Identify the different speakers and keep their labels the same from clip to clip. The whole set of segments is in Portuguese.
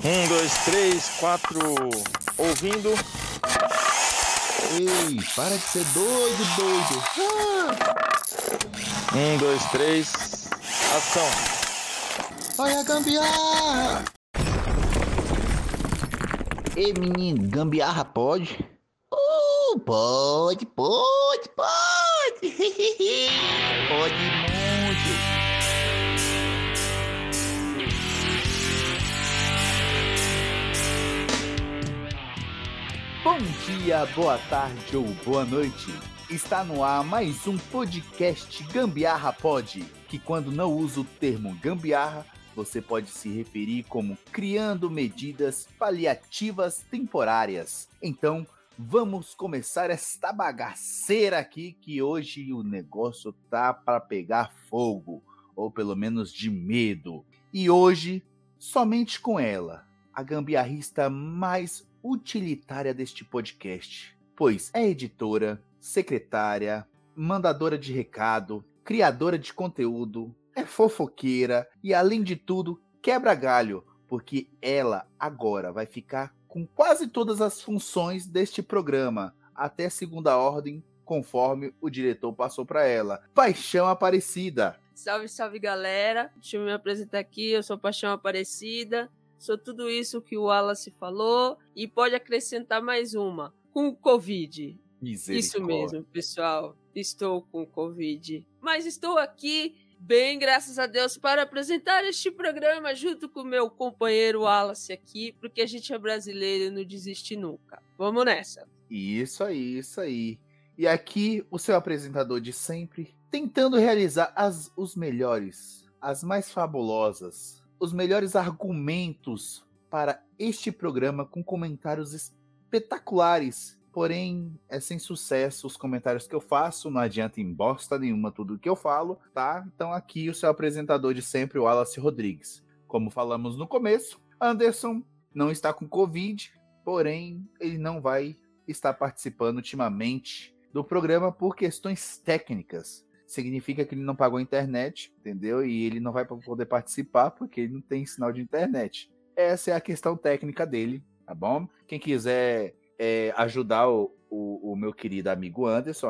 Speaker 1: dois, três, quatro. Ouvindo.
Speaker 2: Ei, para de ser doido.
Speaker 1: Dois, três. Ação.
Speaker 2: Olha a gambiarra. Ei, menino, gambiarra pode? Pode. Pode muito.
Speaker 3: Bom dia, boa tarde ou boa noite. Está no ar mais um podcast Gambiarra Pod, que quando não usa o termo gambiarra, você pode se referir como criando medidas paliativas temporárias. Então, vamos começar esta bagaceira aqui, que hoje o negócio tá para pegar fogo, ou pelo menos de medo. E hoje, somente com ela, a gambiarrista mais utilitária deste podcast, pois é editora, secretária, mandadora de recado, criadora de conteúdo, é fofoqueira e, além de tudo, quebra galho, porque ela agora vai ficar com quase todas as funções deste programa, até segunda ordem, conforme o diretor passou para ela. Paixão Aparecida!
Speaker 4: Salve, galera! Deixa eu me apresentar aqui, eu sou Paixão Aparecida. Sou tudo isso que o Wallace falou e pode acrescentar mais uma, com o Covid. Isso mesmo, pessoal, estou com Covid. Mas estou aqui, bem, graças a Deus, para apresentar este programa junto com o meu companheiro Wallace aqui, porque a gente é brasileiro e não desiste nunca. Vamos nessa.
Speaker 3: Isso aí. E aqui, o seu apresentador de sempre, tentando realizar os melhores, as mais fabulosas, os melhores argumentos para este programa com comentários espetaculares. Porém, é sem sucesso os comentários que eu faço, não adianta em bosta nenhuma tudo que eu falo, tá? Então aqui o seu apresentador de sempre, o Wallace Rodrigues. Como falamos no começo, Anderson não está com Covid, porém ele não vai estar participando ultimamente do programa por questões técnicas. Significa que ele não pagou a internet, entendeu? E ele não vai poder participar porque ele não tem sinal de internet. Essa é a questão técnica dele, tá bom? Quem quiser ajudar o meu querido amigo Anderson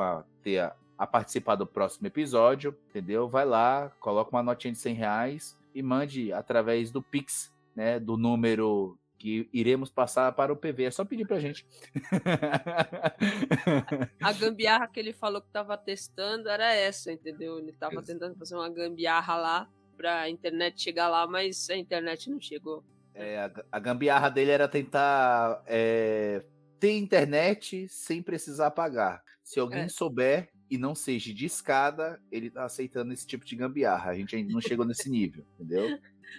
Speaker 3: a participar do próximo episódio, entendeu? Vai lá, coloca uma notinha de R$100 e mande através do Pix, né? Do número que iremos passar para o PV. É só pedir pra gente.
Speaker 4: A gambiarra que ele falou que estava testando era essa, entendeu? Ele estava tentando fazer uma gambiarra lá pra internet chegar lá, mas a internet não chegou.
Speaker 3: A gambiarra dele era tentar ter internet sem precisar pagar. Se alguém souber e não seja de escada, ele tá aceitando esse tipo de gambiarra. A gente ainda não chegou nesse nível, entendeu?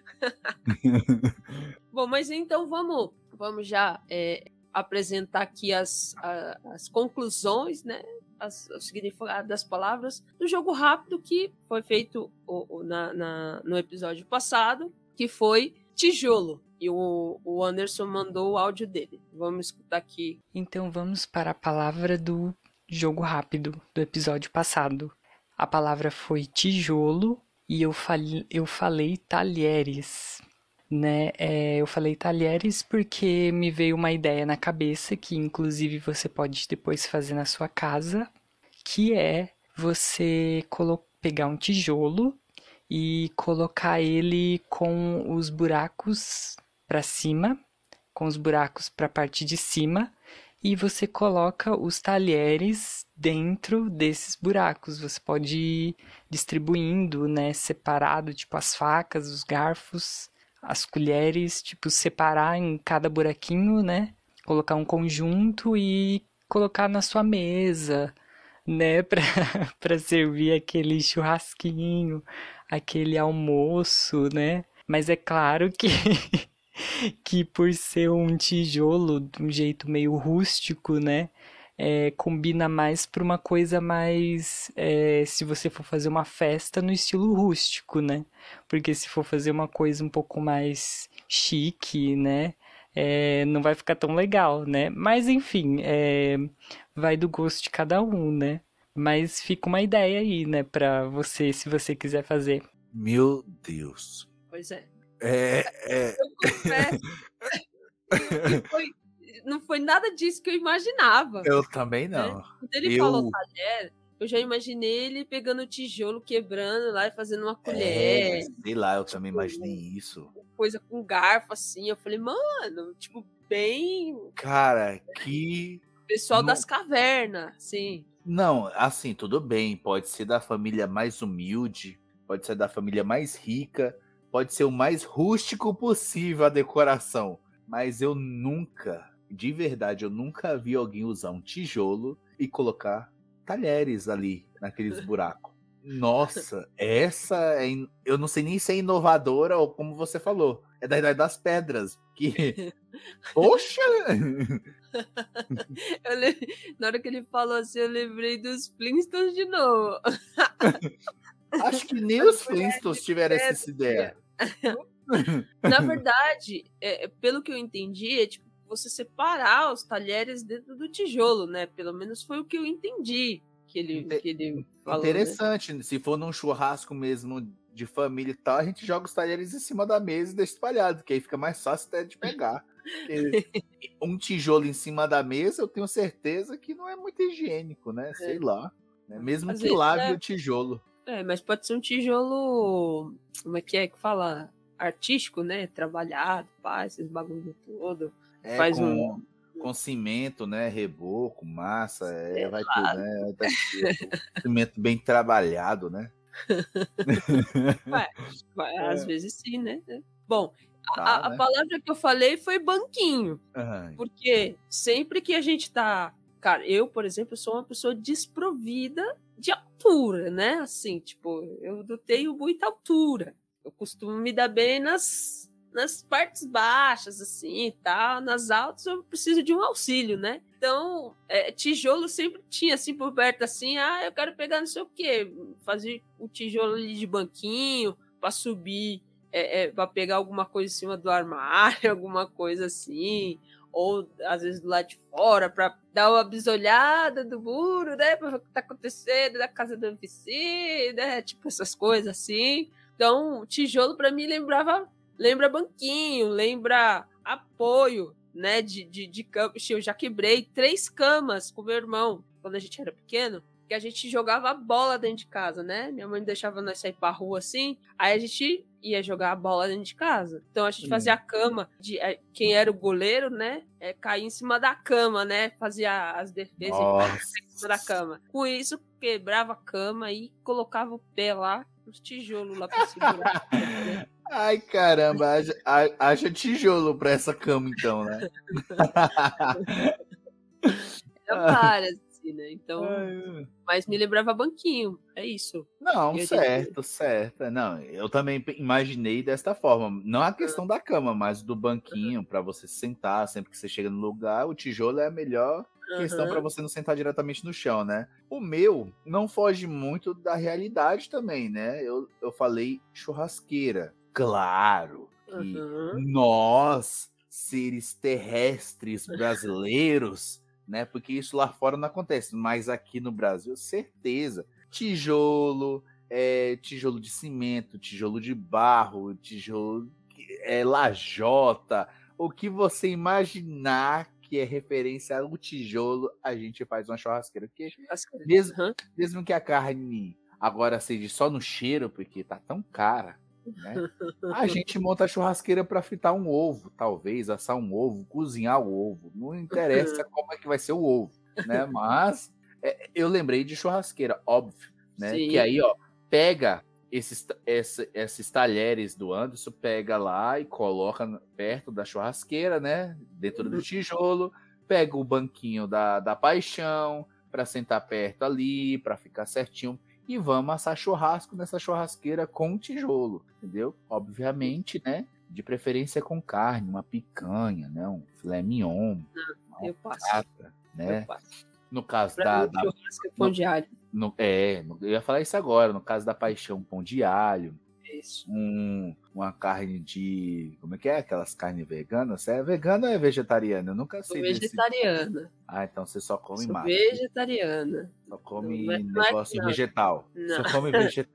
Speaker 4: Bom, mas então vamos já apresentar aqui as conclusões, né? O significado das palavras do jogo rápido que foi feito no episódio passado, que foi tijolo. E o Anderson mandou o áudio dele. Vamos escutar aqui.
Speaker 5: Então vamos para a palavra do jogo rápido do episódio passado. A palavra foi tijolo e eu falei talheres, né? Eu falei talheres porque me veio uma ideia na cabeça que inclusive você pode depois fazer na sua casa, que é você pegar um tijolo e colocar ele com os buracos para cima, com os buracos para a parte de cima, e você coloca os talheres dentro desses buracos. Você pode ir distribuindo, né, separado, tipo as facas, os garfos, as colheres, tipo separar em cada buraquinho, né, colocar um conjunto e colocar na sua mesa, né, para servir aquele churrasquinho, aquele almoço, né? Mas é claro que por ser um tijolo de um jeito meio rústico, né? Combina mais para uma coisa mais... se você for fazer uma festa no estilo rústico, né? Porque se for fazer uma coisa um pouco mais chique, né? Não vai ficar tão legal, né? Mas enfim, vai do gosto de cada um, né? Mas fica uma ideia aí, né? Pra você, se você quiser fazer.
Speaker 3: Meu Deus.
Speaker 4: Pois é. Eu confesso. Não foi nada disso que eu imaginava.
Speaker 3: Eu também
Speaker 4: né?
Speaker 3: não.
Speaker 4: Quando ele falou talher, eu já imaginei ele pegando o tijolo, quebrando lá e fazendo uma colher.
Speaker 3: Sei lá, eu também imaginei isso.
Speaker 4: Coisa com garfo, assim. Eu falei, mano, tipo, bem...
Speaker 3: Cara, que...
Speaker 4: Pessoal das cavernas, sim.
Speaker 3: Não, assim, tudo bem. Pode ser da família mais humilde, pode ser da família mais rica, pode ser o mais rústico possível a decoração. Mas eu nunca, de verdade, eu nunca vi alguém usar um tijolo e colocar talheres ali, naqueles buracos. Nossa, essa é... Eu não sei nem se é inovadora ou como você falou. É da Idade das Pedras. Que... Poxa!
Speaker 4: Na hora que ele falou assim, eu lembrei dos Flintstones de novo.
Speaker 3: Acho que nem os Flintstones tiveram essa ideia.
Speaker 4: Na verdade, pelo que eu entendi, é tipo você separar os talheres dentro do tijolo, né? Pelo menos foi o que eu entendi que ele falou.
Speaker 3: Interessante,
Speaker 4: né?
Speaker 3: Se for num churrasco mesmo de família e tal, a gente joga os talheres em cima da mesa e deixa espalhado, que aí fica mais fácil até de pegar. Um tijolo em cima da mesa, eu tenho certeza que não é muito higiênico, né? Sei lá. Né? Mesmo
Speaker 4: Às
Speaker 3: que
Speaker 4: vezes,
Speaker 3: lave o tijolo.
Speaker 4: Mas pode ser um tijolo, como é que fala? Artístico, né? Trabalhado, esses bagulho todo. Faz
Speaker 3: com cimento, né? Reboco, massa, vai tudo, né? Cimento bem trabalhado, né?
Speaker 4: Às vezes sim, né? Bom, a palavra que eu falei foi banquinho. Porque sempre que a gente tá... Cara, eu, por exemplo, sou uma pessoa desprovida de altura, né? Assim, tipo, eu não tenho muita altura. Eu costumo me dar bem nas partes baixas, assim, e tal. Nas altas eu preciso de um auxílio, né? Então, tijolo sempre tinha, assim, por perto, assim, eu quero pegar não sei o quê. Fazer o tijolo ali de banquinho para subir, para pegar alguma coisa em cima do armário, alguma coisa assim. Ou, às vezes, do lado de fora, para dar uma bisolhada do muro, né? Para ver o que tá acontecendo na casa do MC, né? Tipo, essas coisas assim. Então, tijolo para mim lembra banquinho, lembra apoio, né, de cama. Eu já quebrei 3 camas com meu irmão quando a gente era pequeno, que a gente jogava bola dentro de casa, né? Minha mãe deixava nós sair pra rua assim, aí a gente ia jogar a bola dentro de casa. Então a gente fazia a cama, quem era o goleiro, né, caía em cima da cama, né? Fazia as defesas em cima da cama. Com isso, quebrava a cama e colocava o pé lá, os tijolos lá pra segurar.
Speaker 3: Ai, caramba, haja tijolo pra essa cama, então, né?
Speaker 4: Era várias, assim, né? Então, mas me lembrava banquinho, é isso.
Speaker 3: Não, certo. Não, eu também imaginei desta forma. Não a questão da cama, mas do banquinho, pra você sentar sempre que você chega no lugar. O tijolo é a melhor questão pra você não sentar diretamente no chão, né? O meu não foge muito da realidade também, né? Eu falei churrasqueira. Claro que nós, seres terrestres brasileiros, né? Porque isso lá fora não acontece, mas aqui no Brasil, certeza. Tijolo, tijolo de cimento, tijolo de barro, tijolo lajota, o que você imaginar que é referência ao tijolo, a gente faz uma churrasqueira. Porque mesmo que a carne agora seja só no cheiro, porque tá tão cara, né? A gente monta a churrasqueira para fritar um ovo, talvez, assar um ovo, cozinhar o ovo. Não interessa como é que vai ser o ovo, né? Mas eu lembrei de churrasqueira, óbvio, né? Sim. Que aí, ó, pega esses talheres do Anderson, pega lá e coloca perto da churrasqueira, né? Dentro do tijolo, pega o banquinho da paixão para sentar perto ali, para ficar certinho. E vamos assar churrasco nessa churrasqueira com tijolo, entendeu? Obviamente, né? De preferência com carne, uma picanha, né? Um filé mignon, uma batata, né? No caso da
Speaker 4: churrasco é pão de alho.
Speaker 3: Eu ia falar isso agora. No caso da paixão, pão de alho.
Speaker 4: Isso.
Speaker 3: Uma carne de... Como é que é? Aquelas carnes veganas? Você é vegana ou é vegetariana? Eu nunca sei.
Speaker 4: Sou vegetariana.
Speaker 3: Então você só come massa.
Speaker 4: Vegetariana.
Speaker 3: Só come negócio vegetal.
Speaker 4: Não.
Speaker 3: Só come vegetal.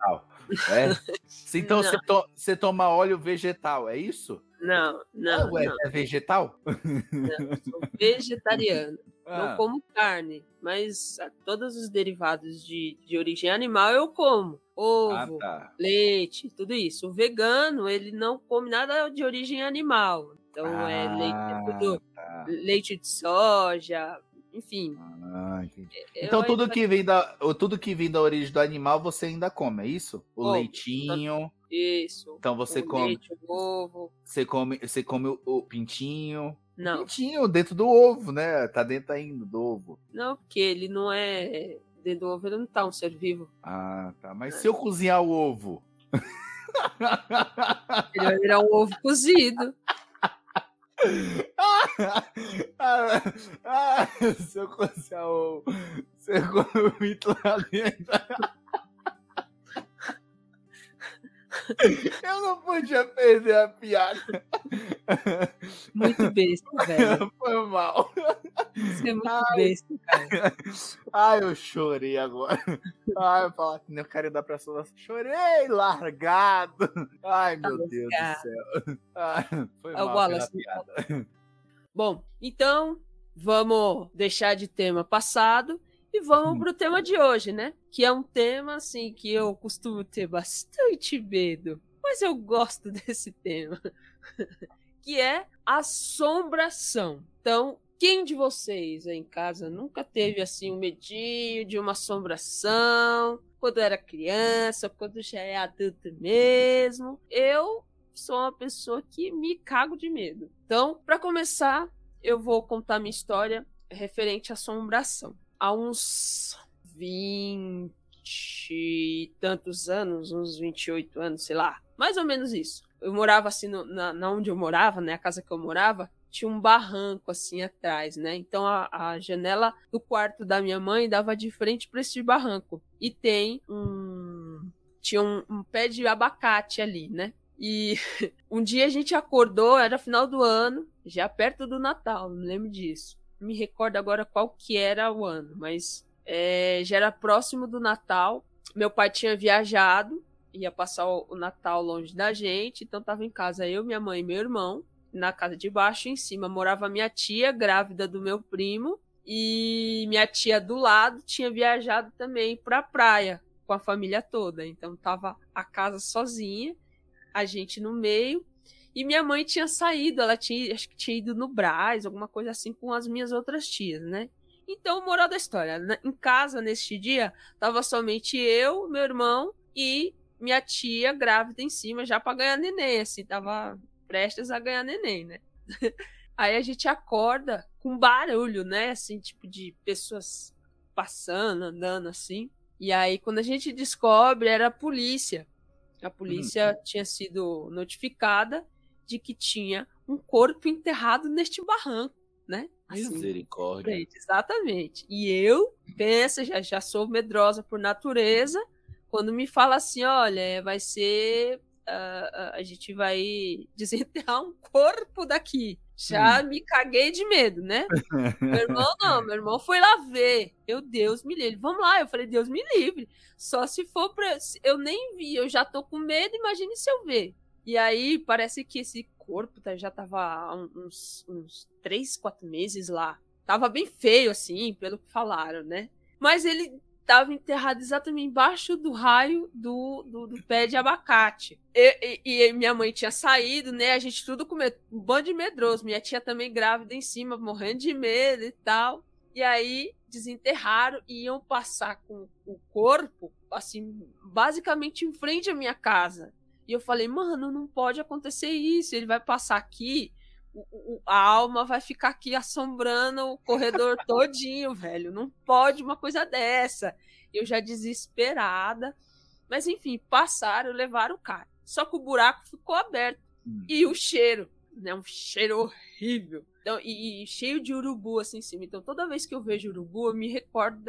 Speaker 3: É? Então
Speaker 4: Não.
Speaker 3: você toma óleo vegetal, é isso?
Speaker 4: Não,
Speaker 3: Ué,
Speaker 4: não.
Speaker 3: é vegetal?
Speaker 4: Não, sou vegetariano. Não
Speaker 3: Ah,
Speaker 4: como carne, mas todos os derivados de origem animal eu como. Ovo,
Speaker 3: tá.
Speaker 4: leite, tudo isso. O vegano, ele não come nada de origem animal. Então é leite, é
Speaker 3: Ah,
Speaker 4: tudo
Speaker 3: tá.
Speaker 4: leite de soja, enfim.
Speaker 3: Ah, entendi.
Speaker 4: Eu
Speaker 3: Então
Speaker 4: ainda
Speaker 3: tudo que vem da origem do animal você ainda come, é isso? O
Speaker 4: como.
Speaker 3: leitinho.
Speaker 4: Isso.
Speaker 3: Então você
Speaker 4: O
Speaker 3: come,
Speaker 4: leite, o ovo.
Speaker 3: você come o pintinho. O
Speaker 4: Não.
Speaker 3: pintinho dentro do ovo, né? Tá dentro ainda do ovo.
Speaker 4: Não, porque ele não é. Dentro do ovo ele não tá um ser vivo.
Speaker 3: Ah, tá. Mas se eu cozinhar o ovo?
Speaker 4: Ele vai virar um ovo cozido.
Speaker 3: Se eu cozinhar o ovo, você come o mito lá dentro. Eu não podia perder a piada.
Speaker 4: Muito besta, velho.
Speaker 3: Foi mal.
Speaker 4: Você é muito besta, cara.
Speaker 3: Ai, eu chorei agora. Ai, eu falar que nem o cara da Praça Nossa. Chorei largado. Ai, meu Deus do céu. Ai, foi mal
Speaker 4: Wallace,
Speaker 3: pela piada.
Speaker 4: Bom, então vamos deixar de tema passado e vamos pro tema de hoje, né? Que é um tema, assim, que eu costumo ter bastante medo, mas eu gosto desse tema, que é assombração. Então, quem de vocês aí em casa nunca teve, assim, um medinho de uma assombração, quando era criança, quando já é adulto mesmo? Eu sou uma pessoa que me cago de medo. Então, para começar, eu vou contar minha história referente à assombração. Há uns 20 e tantos anos, uns 28 anos, sei lá, mais ou menos isso. Eu morava assim, na onde eu morava, né, a casa que eu morava, tinha um barranco assim atrás, né? Então a janela do quarto da minha mãe dava de frente para esse barranco. E tinha um pé de abacate ali, né? E um dia a gente acordou, era final do ano, já perto do Natal, não lembro disso. Não me recordo agora qual que era o ano, mas já era próximo do Natal. Meu pai tinha viajado, ia passar o Natal longe da gente, então tava em casa eu, minha mãe e meu irmão. Na casa de baixo, em cima, morava minha tia, grávida do meu primo, e minha tia do lado tinha viajado também pra praia com a família toda. Então tava a casa sozinha, a gente no meio, e minha mãe tinha saído, acho que tinha ido no Brás, alguma coisa assim, com as minhas outras tias, né? Então, moral da história, em casa, neste dia, tava somente eu, meu irmão e minha tia grávida em cima, já pra ganhar neném, assim, tava prestes a ganhar neném, né? Aí a gente acorda com barulho, né? Assim, tipo de pessoas passando, andando assim. E aí, quando a gente descobre, era a polícia. A polícia tinha sido notificada de que tinha um corpo enterrado neste barranco, né? Assim,
Speaker 3: Misericórdia.
Speaker 4: Exatamente. E eu penso, já sou medrosa por natureza, quando me fala assim, olha, vai ser... a gente vai desenterrar um corpo daqui. Já me caguei de medo, né? Meu irmão não, meu irmão foi lá ver. Deus me livre. Vamos lá, eu falei, Deus me livre. Só se for pra... Eu nem vi, eu já tô com medo, imagine se eu ver. E aí, parece que esse corpo já tava há uns 3, 4 meses lá. Tava bem feio, assim, pelo que falaram, né? Mas ele estava enterrado exatamente embaixo do raio do pé de abacate. E minha mãe tinha saído, né? A gente tudo com medo, um bando de medroso. Minha tia também grávida em cima, morrendo de medo e tal. E aí desenterraram e iam passar com o corpo, assim, basicamente em frente à minha casa. E eu falei, mano, não pode acontecer isso. Ele vai passar aqui, a alma vai ficar aqui assombrando o corredor todinho, velho. Não pode uma coisa dessa. Eu já desesperada. Mas enfim, passaram, levaram o cara. Só que o buraco ficou aberto. E o cheiro, né? Um cheiro horrível. Então, e cheio de urubu assim em cima. Então toda vez que eu vejo urubu, eu me recordo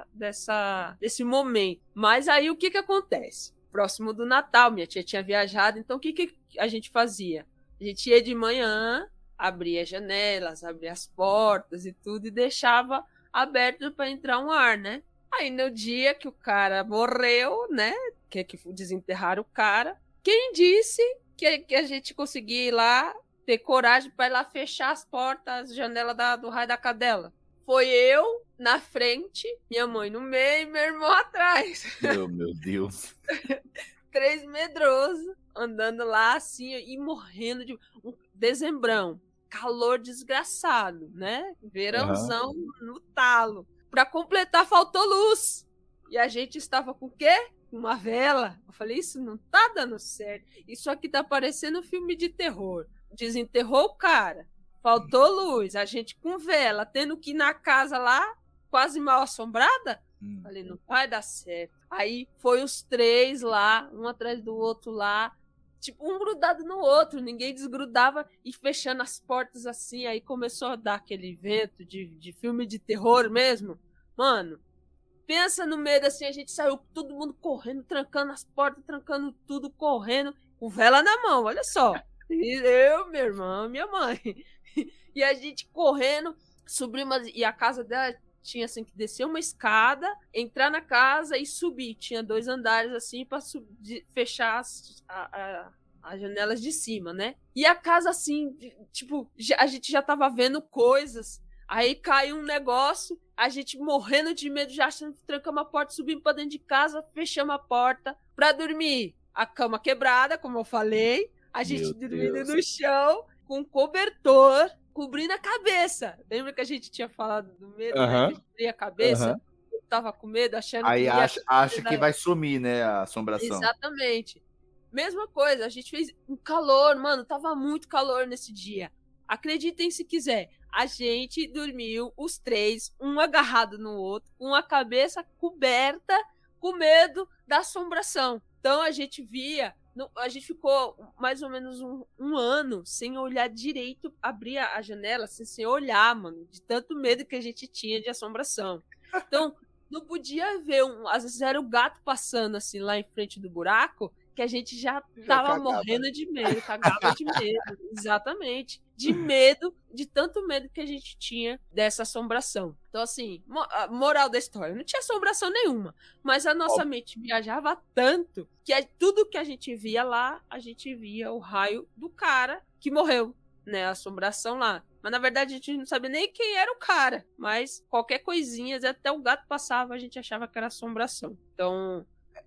Speaker 4: desse momento. Mas aí o que acontece? Próximo do Natal, minha tia tinha viajado. Então o que a gente fazia? A gente ia de manhã, abria as janelas, abria as portas e tudo, e deixava aberto para entrar um ar, né? Aí no dia que o cara morreu, né? quer que desenterrar o cara. Quem disse que a gente conseguia ir lá, ter coragem para ir lá fechar as portas, as janelas do raio da cadela? Foi eu na frente, minha mãe no meio e meu irmão atrás.
Speaker 3: Meu Deus.
Speaker 4: 3 medrosos, andando lá assim e morrendo de um dezembrão. Calor desgraçado, né? Verãozão no talo. Para completar, faltou luz. E a gente estava com o quê? Uma vela. Eu falei, isso não tá dando certo. Isso aqui tá parecendo um filme de terror. Desenterrou o cara. Faltou luz. A gente com vela, tendo que ir na casa lá, quase mal assombrada. Falei, não vai dar certo. Aí foi os 3 lá, um atrás do outro lá. Tipo, um grudado no outro. Ninguém desgrudava e fechando as portas assim. Aí começou a dar aquele vento de filme de terror mesmo. Mano, pensa no medo assim, a gente saiu todo mundo correndo, trancando as portas, trancando tudo, correndo, com vela na mão, olha só. Eu, meu irmão, minha mãe. E a gente correndo, subimos, e a casa dela tinha assim que descer uma escada, entrar na casa e subir. Tinha 2 andares assim para fechar as janelas de cima, né? E a casa assim, tipo, a gente já tava vendo coisas. Aí caiu um negócio, a gente morrendo de medo, já trancamos a porta, subimos pra dentro de casa, fechamos a porta pra dormir. A cama quebrada, como eu falei, a gente dormindo no chão, com cobertor, cobrindo a cabeça. Lembra que a gente tinha falado do medo, né? Que a gente cobria a cabeça? Eu tava com medo, achando
Speaker 3: aí
Speaker 4: que
Speaker 3: acha que vai sumir, né, a assombração.
Speaker 4: Exatamente. Mesma coisa, a gente fez um calor, mano, tava muito calor nesse dia. Acreditem se quiser. A gente dormiu, os 3, um agarrado no outro, com a cabeça coberta, com medo da assombração. Então a gente via, a gente ficou mais ou menos um ano sem olhar direito, abrir a janela assim, sem olhar, mano, de tanto medo que a gente tinha de assombração. Então, não podia ver, às vezes era o gato passando assim lá em frente do buraco, que a gente já tava morrendo de medo, cagava de medo, exatamente. De medo, de tanto medo que a gente tinha dessa assombração. Então, assim, a moral da história, não tinha assombração nenhuma, mas a nossa mente viajava tanto que tudo que a gente via lá, a gente via o raio do cara que morreu, né, a assombração lá. Mas, na verdade, a gente não sabia nem quem era o cara, mas qualquer coisinha, até o gato passava, a gente achava que era assombração. Então...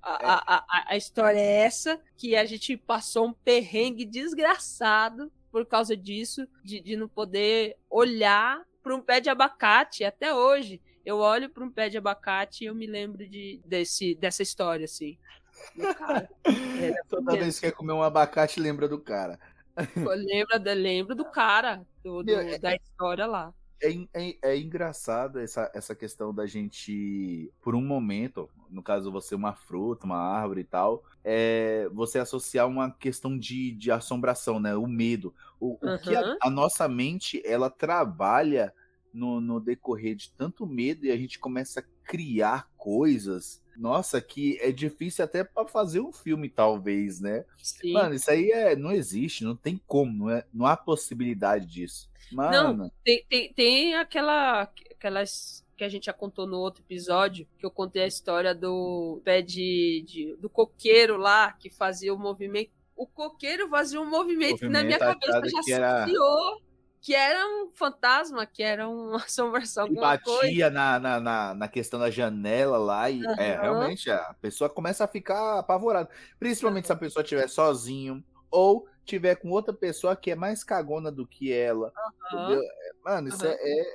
Speaker 4: A história é essa, que a gente passou um perrengue desgraçado por causa disso, de não poder olhar para um pé de abacate. Até hoje, eu olho para um pé de abacate e eu me lembro dessa história, assim. Cara,
Speaker 3: toda vez que quer comer um abacate, lembra do cara.
Speaker 4: Lembro do cara, da história lá.
Speaker 3: É engraçado essa questão da gente, por um momento, no caso você uma fruta, uma árvore e tal, você associar uma questão de assombração, né? O medo. O que a nossa mente, ela trabalha no decorrer de tanto medo e a gente começa a criar coisas, nossa, que é difícil até para fazer um filme, talvez, né?
Speaker 4: Sim.
Speaker 3: Mano, isso aí não existe, não tem como, não há possibilidade disso. Mano.
Speaker 4: Não, tem aquelas que a gente já contou no outro episódio, que eu contei a história do pé do coqueiro lá, que fazia o movimento. O coqueiro fazia um movimento que na minha cabeça já associou que era um fantasma, que era uma assombração.
Speaker 3: E batia na questão da janela lá e realmente a pessoa começa a ficar apavorada. Principalmente se a pessoa estiver sozinho ou tiver com outra pessoa que é mais cagona do que ela. Entendeu? Mano, isso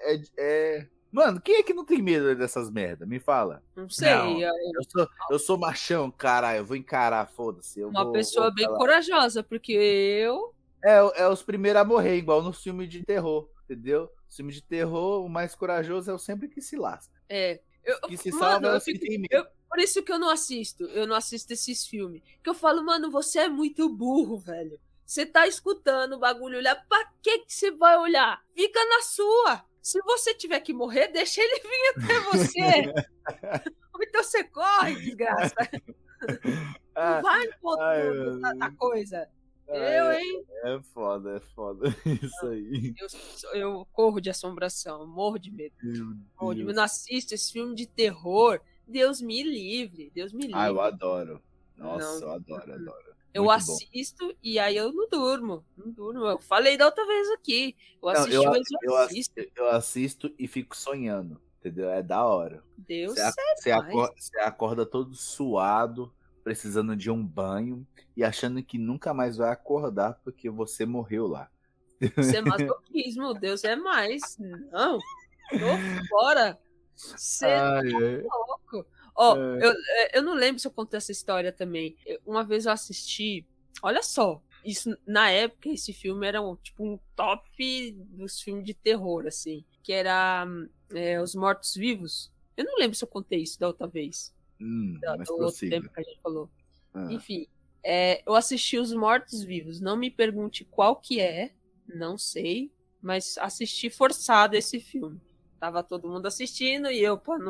Speaker 3: Mano, quem é que não tem medo dessas merda? Me fala.
Speaker 4: Não sei.
Speaker 3: Não, eu sou machão, caralho. Eu vou encarar, foda-se.
Speaker 4: Uma pessoa bem corajosa, porque eu...
Speaker 3: É os primeiros a morrer, igual no filme de terror, entendeu? No filme de terror, o mais corajoso é o sempre que se lasca. Que se salva é o que tem medo.
Speaker 4: Por isso que eu não assisto esses filmes. Que eu falo, mano, você é muito burro, velho. Você tá escutando o bagulho olhar, pra que você vai olhar? Fica na sua. Se você tiver que morrer, deixa ele vir até você. Ou então você corre, desgraça. Não vai no ponto da coisa. Hein?
Speaker 3: É foda isso aí.
Speaker 4: Eu corro de assombração, morro de medo. Eu não assisto esse filme de terror. Deus me livre.
Speaker 3: Eu adoro. Nossa,
Speaker 4: Não.
Speaker 3: eu adoro.
Speaker 4: Eu
Speaker 3: Muito bom.
Speaker 4: assisto e aí eu não durmo. Não durmo. Eu falei da outra vez aqui. Eu
Speaker 3: Não,
Speaker 4: assisti o Exorcista.
Speaker 3: eu assisto e fico sonhando, entendeu? É da hora.
Speaker 4: Deus
Speaker 3: Você
Speaker 4: é mais.
Speaker 3: acorda todo suado, precisando de um banho e achando que nunca mais vai acordar porque você morreu lá.
Speaker 4: Isso é masoquismo. Deus é mais. Não. Tô fora. Você tá
Speaker 3: Ai,
Speaker 4: louco. Ó, eu não lembro se eu contei essa história também. Uma vez eu assisti. Olha só. Isso, na época, esse filme era tipo um top dos filmes de terror, assim. Que era Os Mortos-Vivos. Eu não lembro se eu contei isso da outra vez.
Speaker 3: mas
Speaker 4: Do outro
Speaker 3: prossiga.
Speaker 4: tempo que a gente falou.
Speaker 3: Ah.
Speaker 4: Enfim, eu assisti Os Mortos-Vivos. Não me pergunte qual que é, não sei, mas assisti forçado esse filme. Tava todo mundo assistindo e eu, pra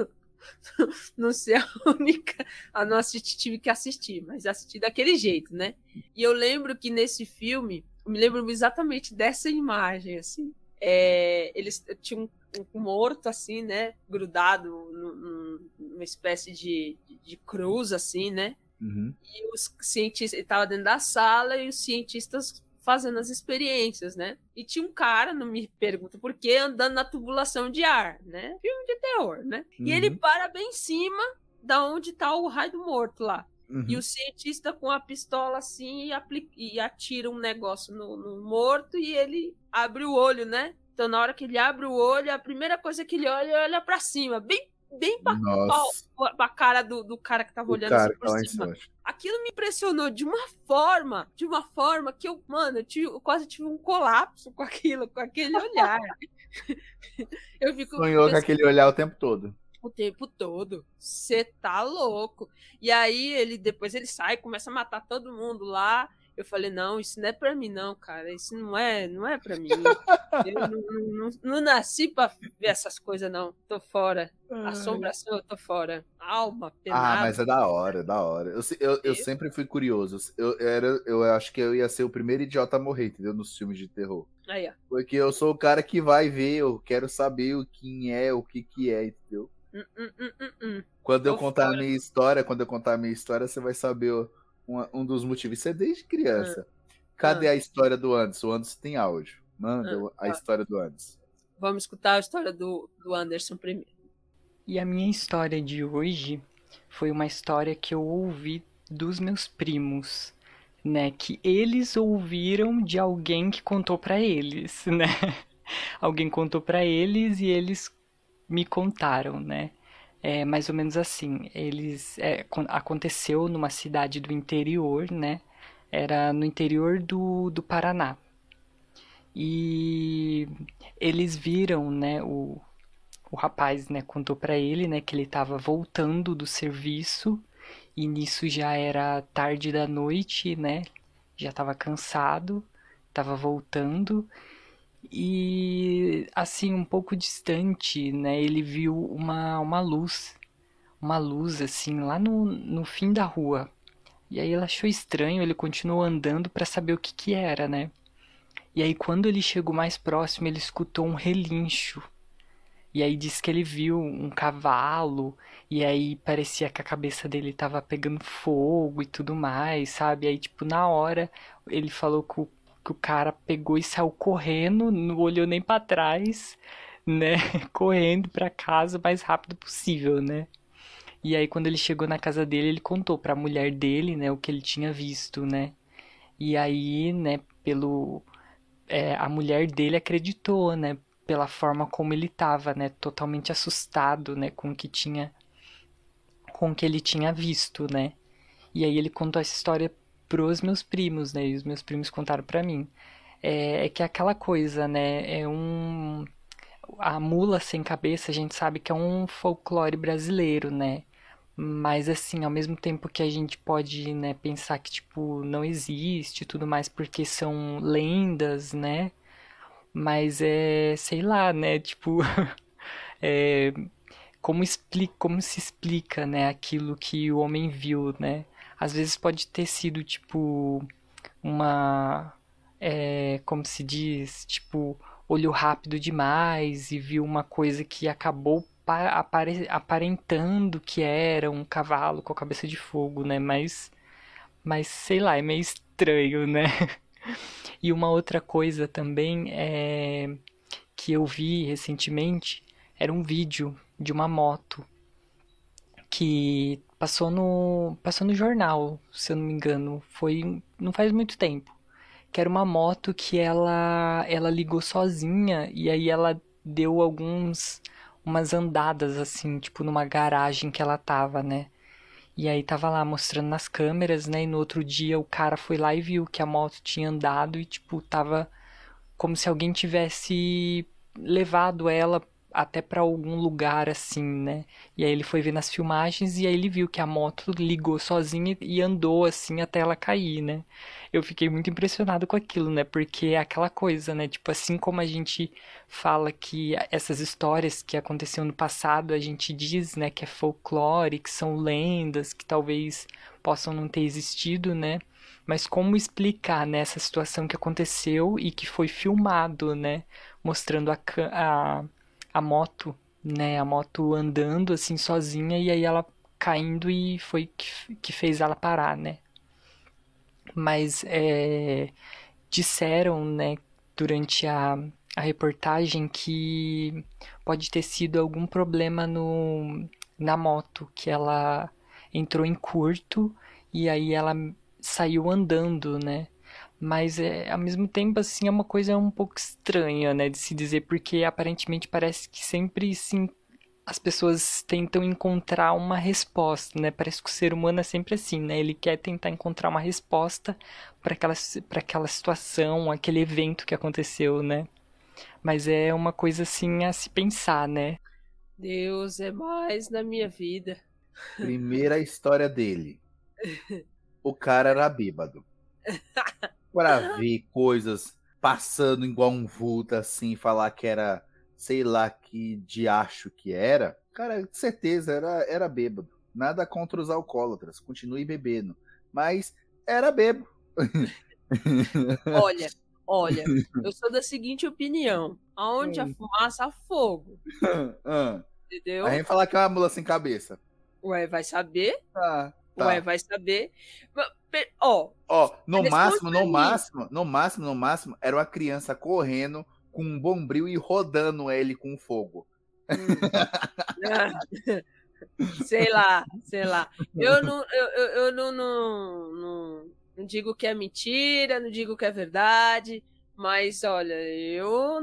Speaker 4: não ser a única a não assistir, tive que assistir, mas assisti daquele jeito, né? E eu lembro que nesse filme, eu me lembro exatamente dessa imagem, assim. Eles tinham um morto, assim, né? Grudado numa espécie de cruz, assim, né?
Speaker 3: Uhum.
Speaker 4: E os cientistas, ele estava dentro da sala e os cientistas fazendo as experiências, né? E tinha um cara, não me pergunta por quê, andando na tubulação de ar, né? Filme de terror, né?
Speaker 3: Uhum.
Speaker 4: E ele para bem em cima da onde tá o raio do morto lá.
Speaker 3: Uhum.
Speaker 4: E o cientista com a pistola assim e atira um negócio no morto e ele abre o olho, né? Então na hora que ele abre o olho, a primeira coisa que ele olha para cima, bem pra cara do cara que tava olhando assim por cima. Aquilo me impressionou de uma forma que eu quase tive um colapso com aquele olhar. Eu fico
Speaker 3: Sonhou com aquele olhar o tempo todo.
Speaker 4: O tempo todo. Você tá louco. E aí depois ele sai, começa a matar todo mundo lá. Eu falei, não, isso não é pra mim não, cara. Isso não é pra mim. Eu não nasci pra ver essas coisas, não. Tô fora. Assombração, eu tô fora. Alma, penada.
Speaker 3: Mas é da hora. Eu sempre fui curioso. Eu acho que eu ia ser o primeiro idiota a morrer, entendeu? Nos filmes de terror.
Speaker 4: Aí, ó.
Speaker 3: Porque eu sou o cara que vai ver, eu quero saber o que é, entendeu? Quando eu contar a minha história, você vai saber um dos motivos. Isso é desde criança. Cadê a história do Anderson? O Anderson tem áudio. Manda a história do Anderson.
Speaker 4: Vamos escutar a história do Anderson primeiro.
Speaker 5: E a minha história de hoje foi uma história que eu ouvi dos meus primos, né? Que eles ouviram de alguém que contou pra eles, né? Alguém contou pra eles e eles me contaram, né? É mais ou menos assim. Aconteceu numa cidade do interior, né? Era no interior do Paraná. E eles viram, né? O rapaz, né, contou pra ele, né, que ele estava voltando do serviço e nisso já era tarde da noite, né? Já estava cansado, estava voltando. E assim, um pouco distante, né, ele viu uma luz assim, lá no fim da rua. E aí ele achou estranho, ele continuou andando para saber o que era, né? E aí quando ele chegou mais próximo, ele escutou um relincho. E aí disse que ele viu um cavalo, e aí parecia que a cabeça dele tava pegando fogo e tudo mais, sabe? Aí, tipo, na hora, ele falou que o cara pegou e saiu correndo, não olhou nem pra trás, né? Correndo pra casa o mais rápido possível, né? E aí, quando ele chegou na casa dele, ele contou pra mulher dele, né, o que ele tinha visto, né? E aí, né, a mulher dele acreditou, né? Pela forma como ele estava, né, totalmente assustado, né, com o que ele tinha visto, né. E aí ele contou essa história pros meus primos, né, e os meus primos contaram pra mim. É que é aquela coisa, né, a mula sem cabeça, a gente sabe que é um folclore brasileiro, né. Mas assim, ao mesmo tempo que a gente pode, né, pensar que tipo não existe e tudo mais porque são lendas, né? Mas sei lá, né, tipo, como se explica, né, aquilo que o homem viu, né? Às vezes pode ter sido, tipo, como se diz, tipo, olhou rápido demais e viu uma coisa que acabou aparentando que era um cavalo com a cabeça de fogo, né? Mas sei lá, é meio estranho, né? E uma outra coisa também que eu vi recentemente era um vídeo de uma moto que passou no jornal, se eu não me engano. Não faz muito tempo. Que era uma moto que ela ligou sozinha e aí ela deu umas andadas assim, tipo numa garagem que ela tava, né? E aí tava lá mostrando nas câmeras, né? E no outro dia o cara foi lá e viu que a moto tinha andado e tipo tava como se alguém tivesse levado ela até pra algum lugar assim, né? E aí ele foi ver nas filmagens e aí ele viu que a moto ligou sozinha e andou assim até ela cair, né? Eu fiquei muito impressionado com aquilo, né? Porque é aquela coisa, né? Tipo, assim como a gente fala que essas histórias que aconteceram no passado, a gente diz, né, que é folclore, que são lendas, que talvez possam não ter existido, né? Mas como explicar, né, essa situação que aconteceu e que foi filmado, né? Mostrando a moto, né? A moto andando assim sozinha e aí ela caindo e foi que fez ela parar, né? Mas disseram, né, durante a reportagem que pode ter sido algum problema na moto, que ela entrou em curto e aí ela saiu andando, né? Mas ao mesmo tempo, assim, é uma coisa um pouco estranha, né, de se dizer, porque aparentemente parece que sempre sim as pessoas tentam encontrar uma resposta, né? Parece que o ser humano é sempre assim, né? Ele quer tentar encontrar uma resposta para aquela situação, aquele evento que aconteceu, né? Mas é uma coisa assim a se pensar, né?
Speaker 4: Deus é mais na minha vida.
Speaker 3: Primeira história dele. O cara era bêbado. Pra ver coisas passando igual um vulto assim, falar que era, sei lá que diacho que era. Cara, de certeza era bêbado. Nada contra os alcoólatras, continue bebendo. Mas era bêbado.
Speaker 4: Olha, eu sou da seguinte opinião: aonde a fumaça, há fogo. Entendeu?
Speaker 3: A gente falar que é uma mula sem cabeça.
Speaker 4: Ué, vai saber?
Speaker 3: Tá.
Speaker 4: Ué, vai saber? Ó,
Speaker 3: no
Speaker 4: responde pra
Speaker 3: máximo, era uma criança correndo com um bombril e rodando ele com fogo.
Speaker 4: Sei lá. Eu não digo que é mentira, não digo que é verdade, mas olha, eu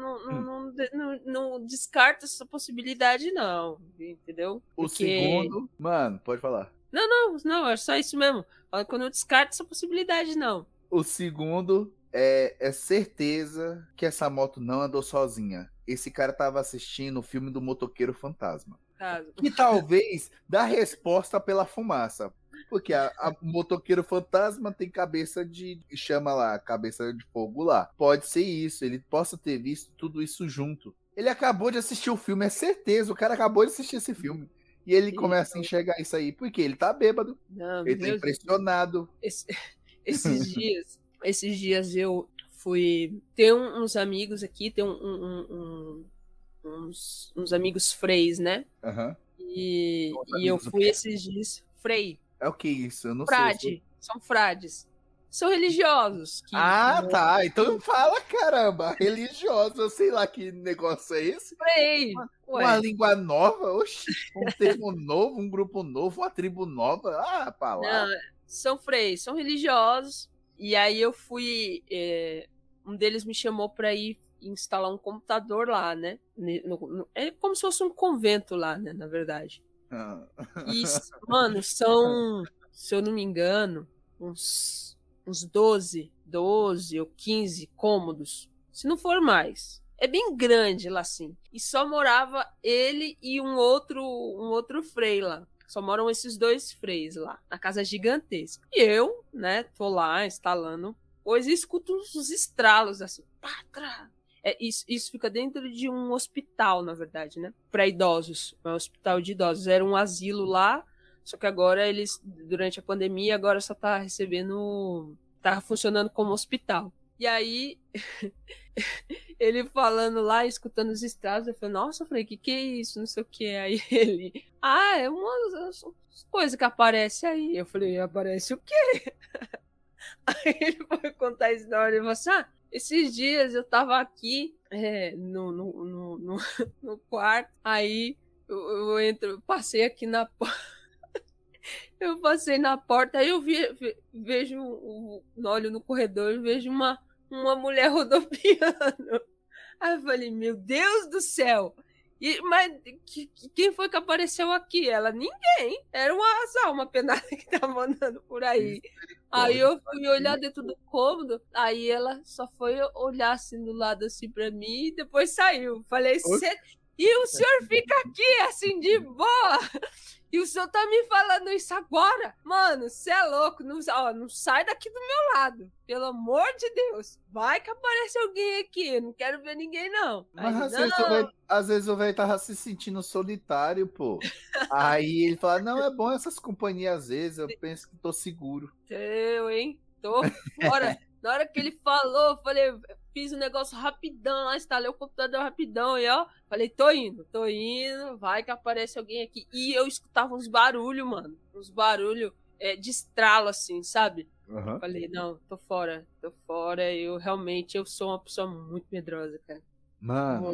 Speaker 4: não descarto essa possibilidade, não, entendeu?
Speaker 3: O segundo. Mano, pode falar.
Speaker 4: Não, é só isso mesmo. Quando eu descarto essa possibilidade, não.
Speaker 3: O segundo é certeza que essa moto não andou sozinha. Esse cara tava assistindo o filme do Motoqueiro Fantasma. E talvez dá resposta pela fumaça. Porque a Motoqueiro Fantasma tem cabeça de. Chama lá, cabeça de fogo lá. Pode ser isso, ele possa ter visto tudo isso junto. Ele acabou de assistir o filme, é certeza. O cara acabou de assistir esse filme. E ele começa a enxergar isso aí. Porque ele tá bêbado. Ele tá impressionado.
Speaker 4: Esses dias eu fui. Tem uns amigos aqui, tem uns amigos freis, né?
Speaker 3: Uhum.
Speaker 4: E eu fui esses dias. Frei.
Speaker 3: É o que isso? Eu não
Speaker 4: sei. São frades. São religiosos.
Speaker 3: Tá. Então fala, caramba. Religiosos, eu sei lá que negócio é esse.
Speaker 4: Frei.
Speaker 3: Uma língua nova? Oxi, um termo novo, um grupo novo, uma tribo nova. Ah, palavra.
Speaker 4: Não, são freis, são religiosos. E aí eu fui. Um deles me chamou para ir instalar um computador lá, né? É como se fosse um convento lá, né? Na verdade. E, mano, são, se eu não me engano, uns 12 ou 15 cômodos. Se não for mais. É bem grande lá, assim. E só morava ele e um outro frei lá. Só moram esses dois freis lá, na casa gigantesca. E eu, né, tô lá instalando coisa e escuto uns estralos assim. Isso fica dentro de um hospital, na verdade, né? Para idosos. É um hospital de idosos. Era um asilo lá, só que agora eles, durante a pandemia, agora só tá recebendo. Tá funcionando como hospital. E aí, ele falando lá, escutando os estralos, eu falei, nossa, eu falei, que é isso? Não sei o que. Aí ele, é umas coisas que aparecem aí. Eu falei, aparece o quê? Aí ele foi contar a história e falou assim, esses dias eu tava aqui no quarto, aí eu passei aqui na porta. Eu passei na porta, aí eu vejo, olho no corredor e vejo uma mulher rodopiando. Aí eu falei, meu Deus do céu! Mas quem foi que apareceu aqui? Ela? Ninguém. Era uma alma penada que tava andando por aí. Aí eu fui olhar dentro do cômodo, aí ela só foi olhar assim do lado assim pra mim e depois saiu. Falei, e o senhor fica aqui assim de boa? E o senhor tá me falando isso agora? Mano, você é louco. Não sai daqui do meu lado. Pelo amor de Deus. Vai que aparece alguém aqui. Eu não quero ver ninguém, não.
Speaker 3: Mas às vezes o velho tava se sentindo solitário, pô. Aí ele fala, não, é bom essas companhias às vezes. Eu penso que tô seguro.
Speaker 4: Eu, hein? Tô fora. Na hora que ele falou, eu falei, fiz um negócio rapidão lá, instalei o computador rapidão e falei, tô indo, vai que aparece alguém aqui. E eu escutava uns barulhos, mano, uns barulhos de estralo, assim, sabe?
Speaker 3: Uhum.
Speaker 4: Falei, não, tô fora, eu sou uma pessoa muito medrosa, cara.
Speaker 3: Mano,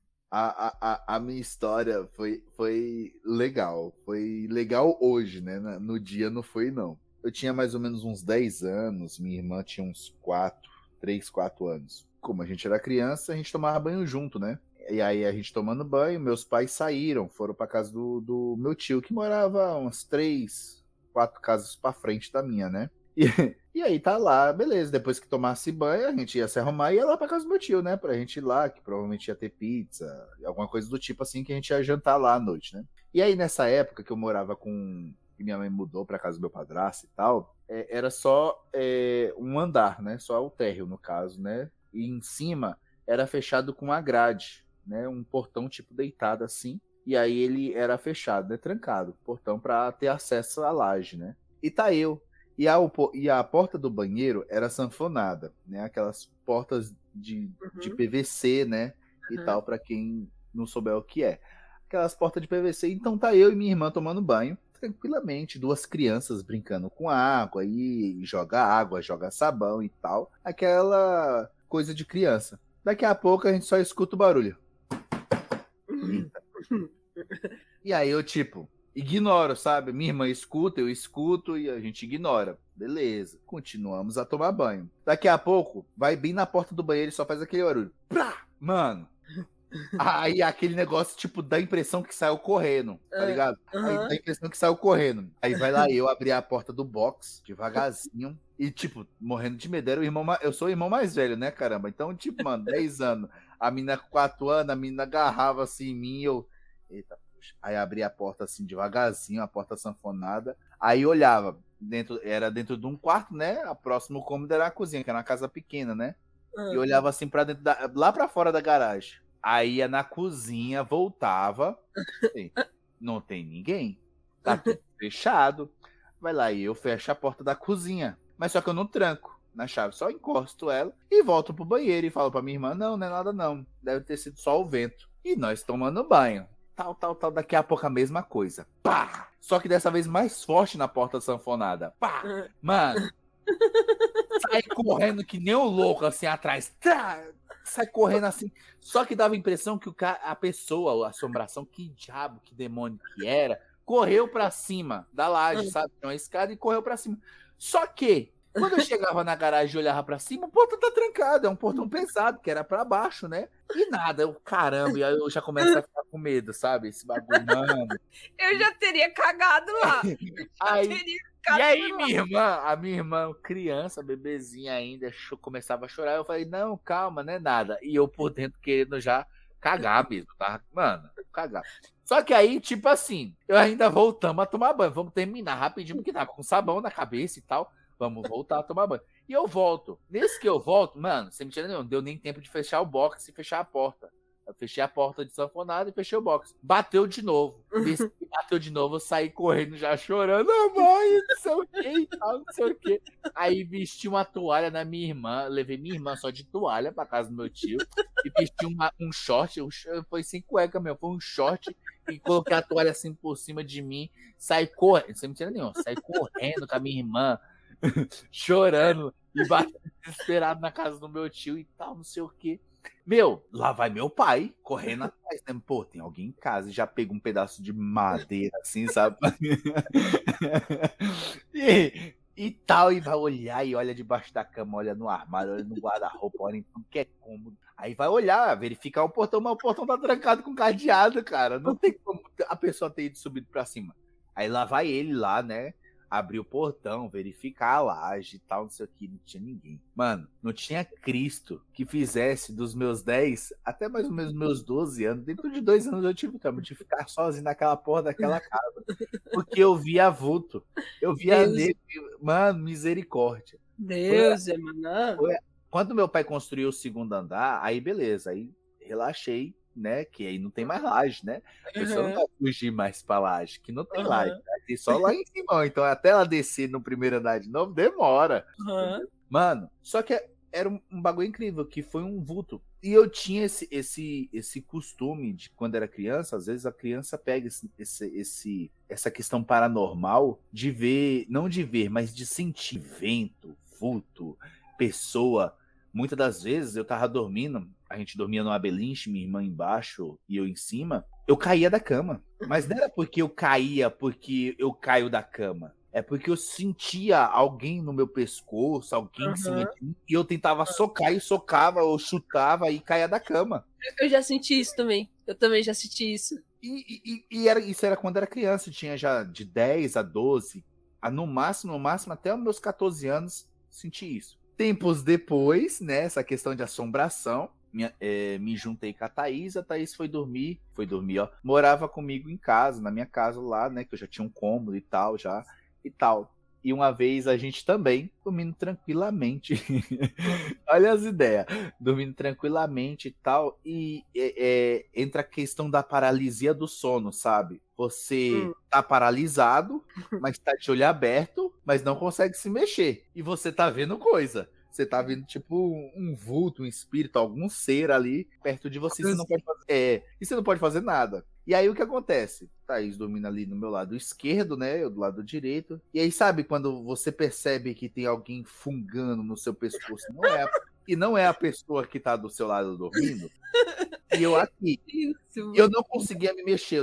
Speaker 3: a minha história foi legal hoje, né? No dia não foi, não. Eu tinha mais ou menos uns 10 anos, minha irmã tinha uns 3, 4 anos. Como a gente era criança, a gente tomava banho junto, né? E aí a gente tomando banho, meus pais saíram, foram pra casa do meu tio, que morava umas 3, 4 casas pra frente da minha, né? E aí tá lá, beleza, depois que tomasse banho, a gente ia se arrumar e ia lá pra casa do meu tio, né? Pra gente ir lá, que provavelmente ia ter pizza, alguma coisa do tipo assim, que a gente ia jantar lá à noite, né? E aí nessa época que eu morava que minha mãe mudou pra casa do meu padrasto e tal, era só um andar, né? Só o térreo, no caso, né? E em cima era fechado com uma grade, né? Um portão tipo deitado assim. E aí ele era fechado, né? Trancado, portão pra ter acesso à laje, né? E tá eu. E a porta do banheiro era sanfonada, né? Aquelas portas de PVC, né? E tal, pra quem não souber o que é. Aquelas portas de PVC. Então tá eu e minha irmã tomando banho, tranquilamente, 2 crianças brincando com água, aí joga água, joga sabão e tal. Aquela coisa de criança. Daqui a pouco a gente só escuta o barulho. Eita. E aí eu, ignoro, sabe? Minha irmã escuta, eu escuto e a gente ignora. Beleza. Continuamos a tomar banho. Daqui a pouco, vai bem na porta do banheiro e só faz aquele barulho. Prá! Mano. Aí aquele negócio, dá a impressão que saiu correndo, tá ligado? Aí dá a impressão que saiu correndo. Aí vai lá eu abrir a porta do box, devagarzinho, e, morrendo de medo. Eu sou o irmão mais velho, né, caramba? Então, mano, 10 anos. A menina com 4 anos, a menina agarrava assim em mim e eu... Eita, poxa. Aí abri a porta assim, devagarzinho, a porta sanfonada. Aí olhava, era dentro de um quarto, né? A próximo cômodo era a cozinha, que era uma casa pequena, né? E olhava assim pra dentro, lá pra fora da garagem. Aí ia na cozinha, voltava. Não tem ninguém. Tá tudo fechado. Vai lá e eu fecho a porta da cozinha. Mas só que eu não tranco na chave. Só encosto ela e volto pro banheiro e falo pra minha irmã, não é nada não. Deve ter sido só o vento. E nós tomando banho. Tal. Daqui a pouco a mesma coisa. Pá! Só que dessa vez mais forte na porta sanfonada. Pá! Mano. Sai correndo que nem um louco assim atrás. Sai correndo assim. Só que dava a impressão que a pessoa, a assombração, que diabo, que demônio que era, correu pra cima da laje, sabe? Tinha uma escada e correu pra cima. Só que, quando eu chegava na garagem e olhava pra cima, o portão tá trancado. É um portão pesado, que era pra baixo, né? E nada, caramba, e aí eu já começo a ficar com medo, sabe? Esse bagulho, mano.
Speaker 4: Eu já teria cagado lá.
Speaker 3: E aí a minha irmã, criança, bebezinha ainda, começava a chorar. Eu falei, não, calma, não é nada. E eu por dentro querendo já cagar mesmo, tá? Mano, cagar. Só que aí, eu ainda voltamos a tomar banho. Vamos terminar rapidinho, porque tava com sabão na cabeça e tal. Vamos voltar a tomar banho. E eu volto. Nesse que eu volto, mano, sem mentira nenhuma, não deu nem tempo de fechar o box e fechar a porta. Eu fechei a porta de sanfonada e fechei o box. Bateu de novo. Bateu de novo, eu saí correndo já chorando. Mãe, não sei o que e tal, não sei o que. Aí vesti uma toalha na minha irmã. Levei minha irmã só de toalha pra casa do meu tio. E vesti um short. Foi sem cueca mesmo, foi um short. E coloquei a toalha assim por cima de mim. Saí correndo, sem mentira nenhuma. Saí correndo com a minha irmã, chorando. E batendo desesperado na casa do meu tio e tal, não sei o que. Meu, lá vai meu pai, correndo atrás, né? Pô, tem alguém em casa e já pega um pedaço de madeira, assim, sabe? e tal, e vai olhar e olha debaixo da cama, olha no armário, olha no guarda-roupa, olha em tudo que é cômodo. Aí vai olhar, verificar o portão, mas o portão tá trancado com cadeado, cara. Não tem como a pessoa ter ido subido pra cima. Aí lá vai ele lá, né? Abrir o portão, verificar a laje e tal, não sei o que, não tinha ninguém. Mano, não tinha Cristo que fizesse dos meus 10 até mais ou menos meus 12 anos. Dentro de 2 anos eu tive trauma de ficar sozinho naquela porra daquela casa. Porque eu via vulto. Eu via nele. Mano, misericórdia.
Speaker 4: Deus, Emanuel.
Speaker 3: Quando meu pai construiu o segundo andar, aí beleza, aí relaxei, né? Que aí não tem mais laje, né? A pessoa não vai fugir mais pra laje, que não tem laje, né? Tem só lá em cima. Então até ela descer no primeiro andar de novo, demora. Mano, só que era um bagulho incrível, que foi um vulto. E eu tinha esse costume de, quando era criança, às vezes a criança pega essa questão paranormal de ver, não de ver, mas de sentir vento, vulto, pessoa. Muitas das vezes eu tava dormindo, a gente dormia numa beliche, minha irmã embaixo e eu em cima, eu caía da cama. Mas não era porque eu caía, porque eu caio da cama. É porque eu sentia alguém no meu pescoço, alguém em cima de mim, e eu tentava socar e socava, ou chutava e caía da cama.
Speaker 4: Eu já senti isso também. Eu também já senti isso.
Speaker 3: Isso era quando era criança, eu tinha já de 10 a 12, no máximo, até os meus 14 anos, senti isso. Tempos depois, né, essa questão de assombração, me juntei com a Thaís foi dormir, ó, morava comigo em casa, na minha casa lá, né, que eu já tinha um cômodo e tal, já, e tal. E uma vez a gente também, dormindo tranquilamente, olha as ideias, dormindo tranquilamente e tal, e entra a questão da paralisia do sono, sabe? Você tá paralisado, mas tá de olho aberto, mas não consegue se mexer. E você tá vendo coisa. Você tá vendo, tipo, um vulto, um espírito, algum ser ali perto de você. Você não pode fazer, e você não pode fazer nada. E aí o que acontece? Thaís dormindo ali no meu lado esquerdo, né? Eu do lado direito. E aí, sabe, quando você percebe que tem alguém fungando no seu pescoço, não é a pessoa que tá do seu lado dormindo. E eu aqui. Eu não conseguia me mexer,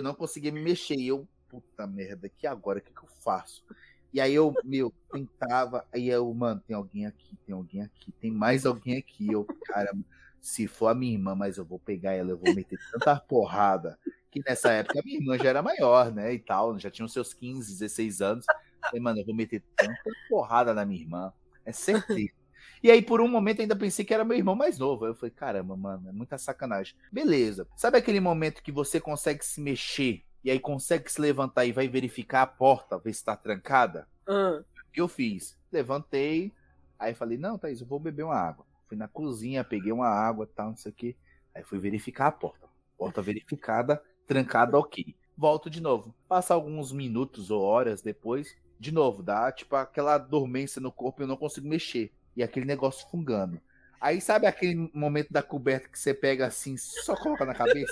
Speaker 3: E eu, puta merda, que agora? O que eu faço? E aí eu, tentava. Aí eu, mano, tem alguém aqui. Tem mais alguém aqui. Eu, caramba, se for a minha irmã, mas eu vou pegar ela, eu vou meter tanta porrada. Que nessa época a minha irmã já era maior, né? E tal, já tinha os seus 15, 16 anos. Falei, mano, eu vou meter tanta porrada na minha irmã. É certeza. E aí, por um momento, ainda pensei que era meu irmão mais novo. Aí eu falei, caramba, mano, é muita sacanagem. Beleza. Sabe aquele momento que você consegue se mexer e aí consegue se levantar e vai verificar a porta, ver se tá trancada? O que eu fiz? Levantei, aí falei, não, Thaís, eu vou beber uma água. Fui na cozinha, peguei uma água e tal, não sei o que. Aí fui verificar a porta. Porta verificada, trancada, ok. Volto de novo. Passa alguns minutos ou horas depois, de novo, dá tipo aquela dormência no corpo e eu não consigo mexer. E aquele negócio fungando. Aí sabe aquele momento da coberta que você pega assim, só coloca na cabeça?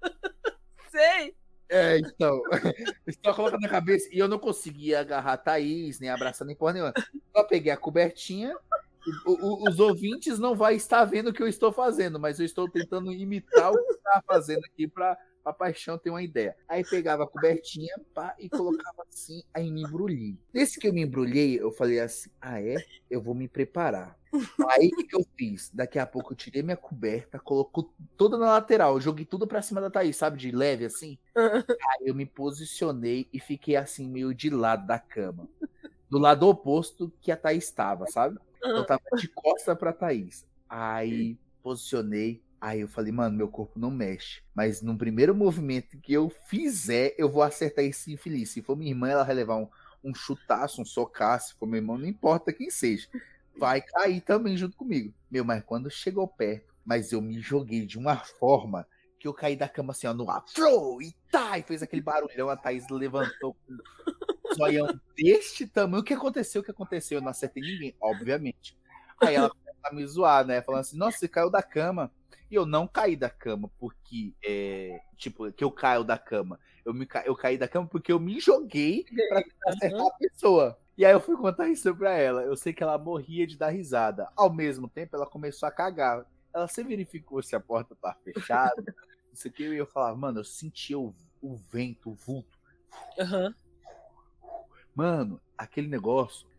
Speaker 4: Sei!
Speaker 3: Então, só coloca na cabeça. E eu não conseguia agarrar a Thaís, nem abraçar, nem porra nenhuma. Só peguei a cobertinha. Os ouvintes não vão estar vendo o que eu estou fazendo, mas eu estou tentando imitar o que eu estava fazendo aqui para a paixão ter uma ideia. Aí pegava a cobertinha e colocava assim, aí me embrulhei. Nesse que eu me embrulhei, eu falei assim, eu vou me preparar. Aí o que eu fiz? Daqui a pouco eu tirei minha coberta, colocou toda na lateral, eu joguei tudo pra cima da Thaís, sabe, de leve assim. Aí eu me posicionei e fiquei assim, meio de lado da cama. Do lado oposto que a Thaís estava, sabe? Eu tava de costa pra Thaís. Aí posicionei. Aí eu falei, mano, meu corpo não mexe. Mas no primeiro movimento que eu fizer, eu vou acertar esse infeliz. Se for minha irmã, ela vai levar um chutaço, um socaço. Se for meu irmão, não importa quem seja. Vai cair também junto comigo. Mas quando chegou perto, mas eu me joguei de uma forma que eu caí da cama assim, ó, no ar. Flow, e tá! E fez aquele barulhão, a Thaís levantou com um zoião deste tamanho. O que aconteceu? Eu não acertei ninguém, obviamente. Aí ela começou a me zoar, né? Falando assim, nossa, você caiu da cama. E eu não caí da cama porque, tipo, que eu caio da cama. Eu caí da cama porque eu me joguei pra tentar acertar a pessoa. E aí eu fui contar isso pra ela. Eu sei que ela morria de dar risada. Ao mesmo tempo, ela começou a cagar. Ela se verificou se a porta tá fechada. Não sei o que. E eu falava, mano, eu sentia o vento, o vulto.
Speaker 4: Aham.
Speaker 3: Mano, aquele negócio.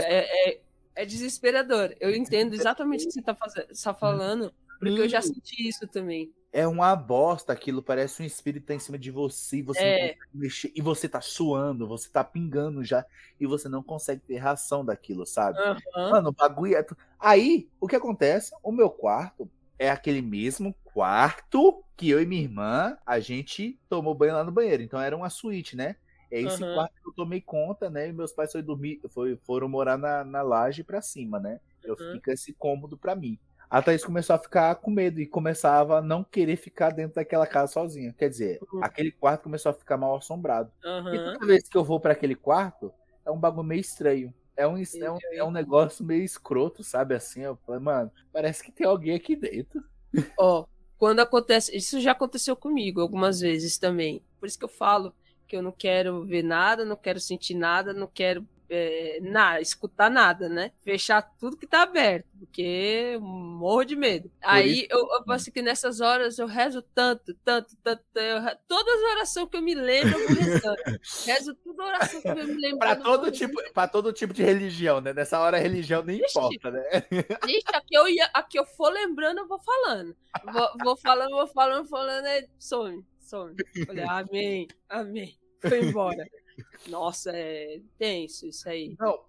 Speaker 4: É desesperador. Eu entendo exatamente o que você tá falando, porque eu já senti isso também.
Speaker 3: É uma bosta aquilo, parece um espírito tá em cima de você, e você não consegue mexer, e você tá suando, você tá pingando já, e você não consegue ter reação daquilo, sabe? Mano, o bagulho é... Aí, o que acontece? O meu quarto é aquele mesmo quarto que eu e minha irmã, a gente tomou banho lá no banheiro, então era uma suíte, né? É esse quarto que eu tomei conta, né? E meus pais foram morar na laje pra cima, né? Eu fiquei com esse cômodo pra mim. A Thaís começou a ficar com medo e começava a não querer ficar dentro daquela casa sozinha. Quer dizer, aquele quarto começou a ficar mal assombrado. E toda vez que eu vou para aquele quarto, é um bagulho meio estranho. É um negócio meio escroto, sabe? Assim, eu falei, mano, parece que tem alguém aqui dentro.
Speaker 4: Ó, quando acontece... Isso já aconteceu comigo algumas vezes também. Por isso que eu falo que eu não quero ver nada, não quero sentir nada, não quero... escutar nada, né? Fechar tudo que tá aberto, porque eu morro de medo. Aí eu penso que nessas horas eu rezo tanto. Todas as orações que eu me lembro, eu vou rezando. Rezo toda oração que eu me lembro.
Speaker 3: Pra todo tipo de religião, né? Nessa hora a religião nem importa, né?
Speaker 4: Gente, aqui eu for lembrando, eu vou falando. Vou falando, some. Falei, amém. Foi embora. Nossa, é tenso isso aí.
Speaker 3: Não,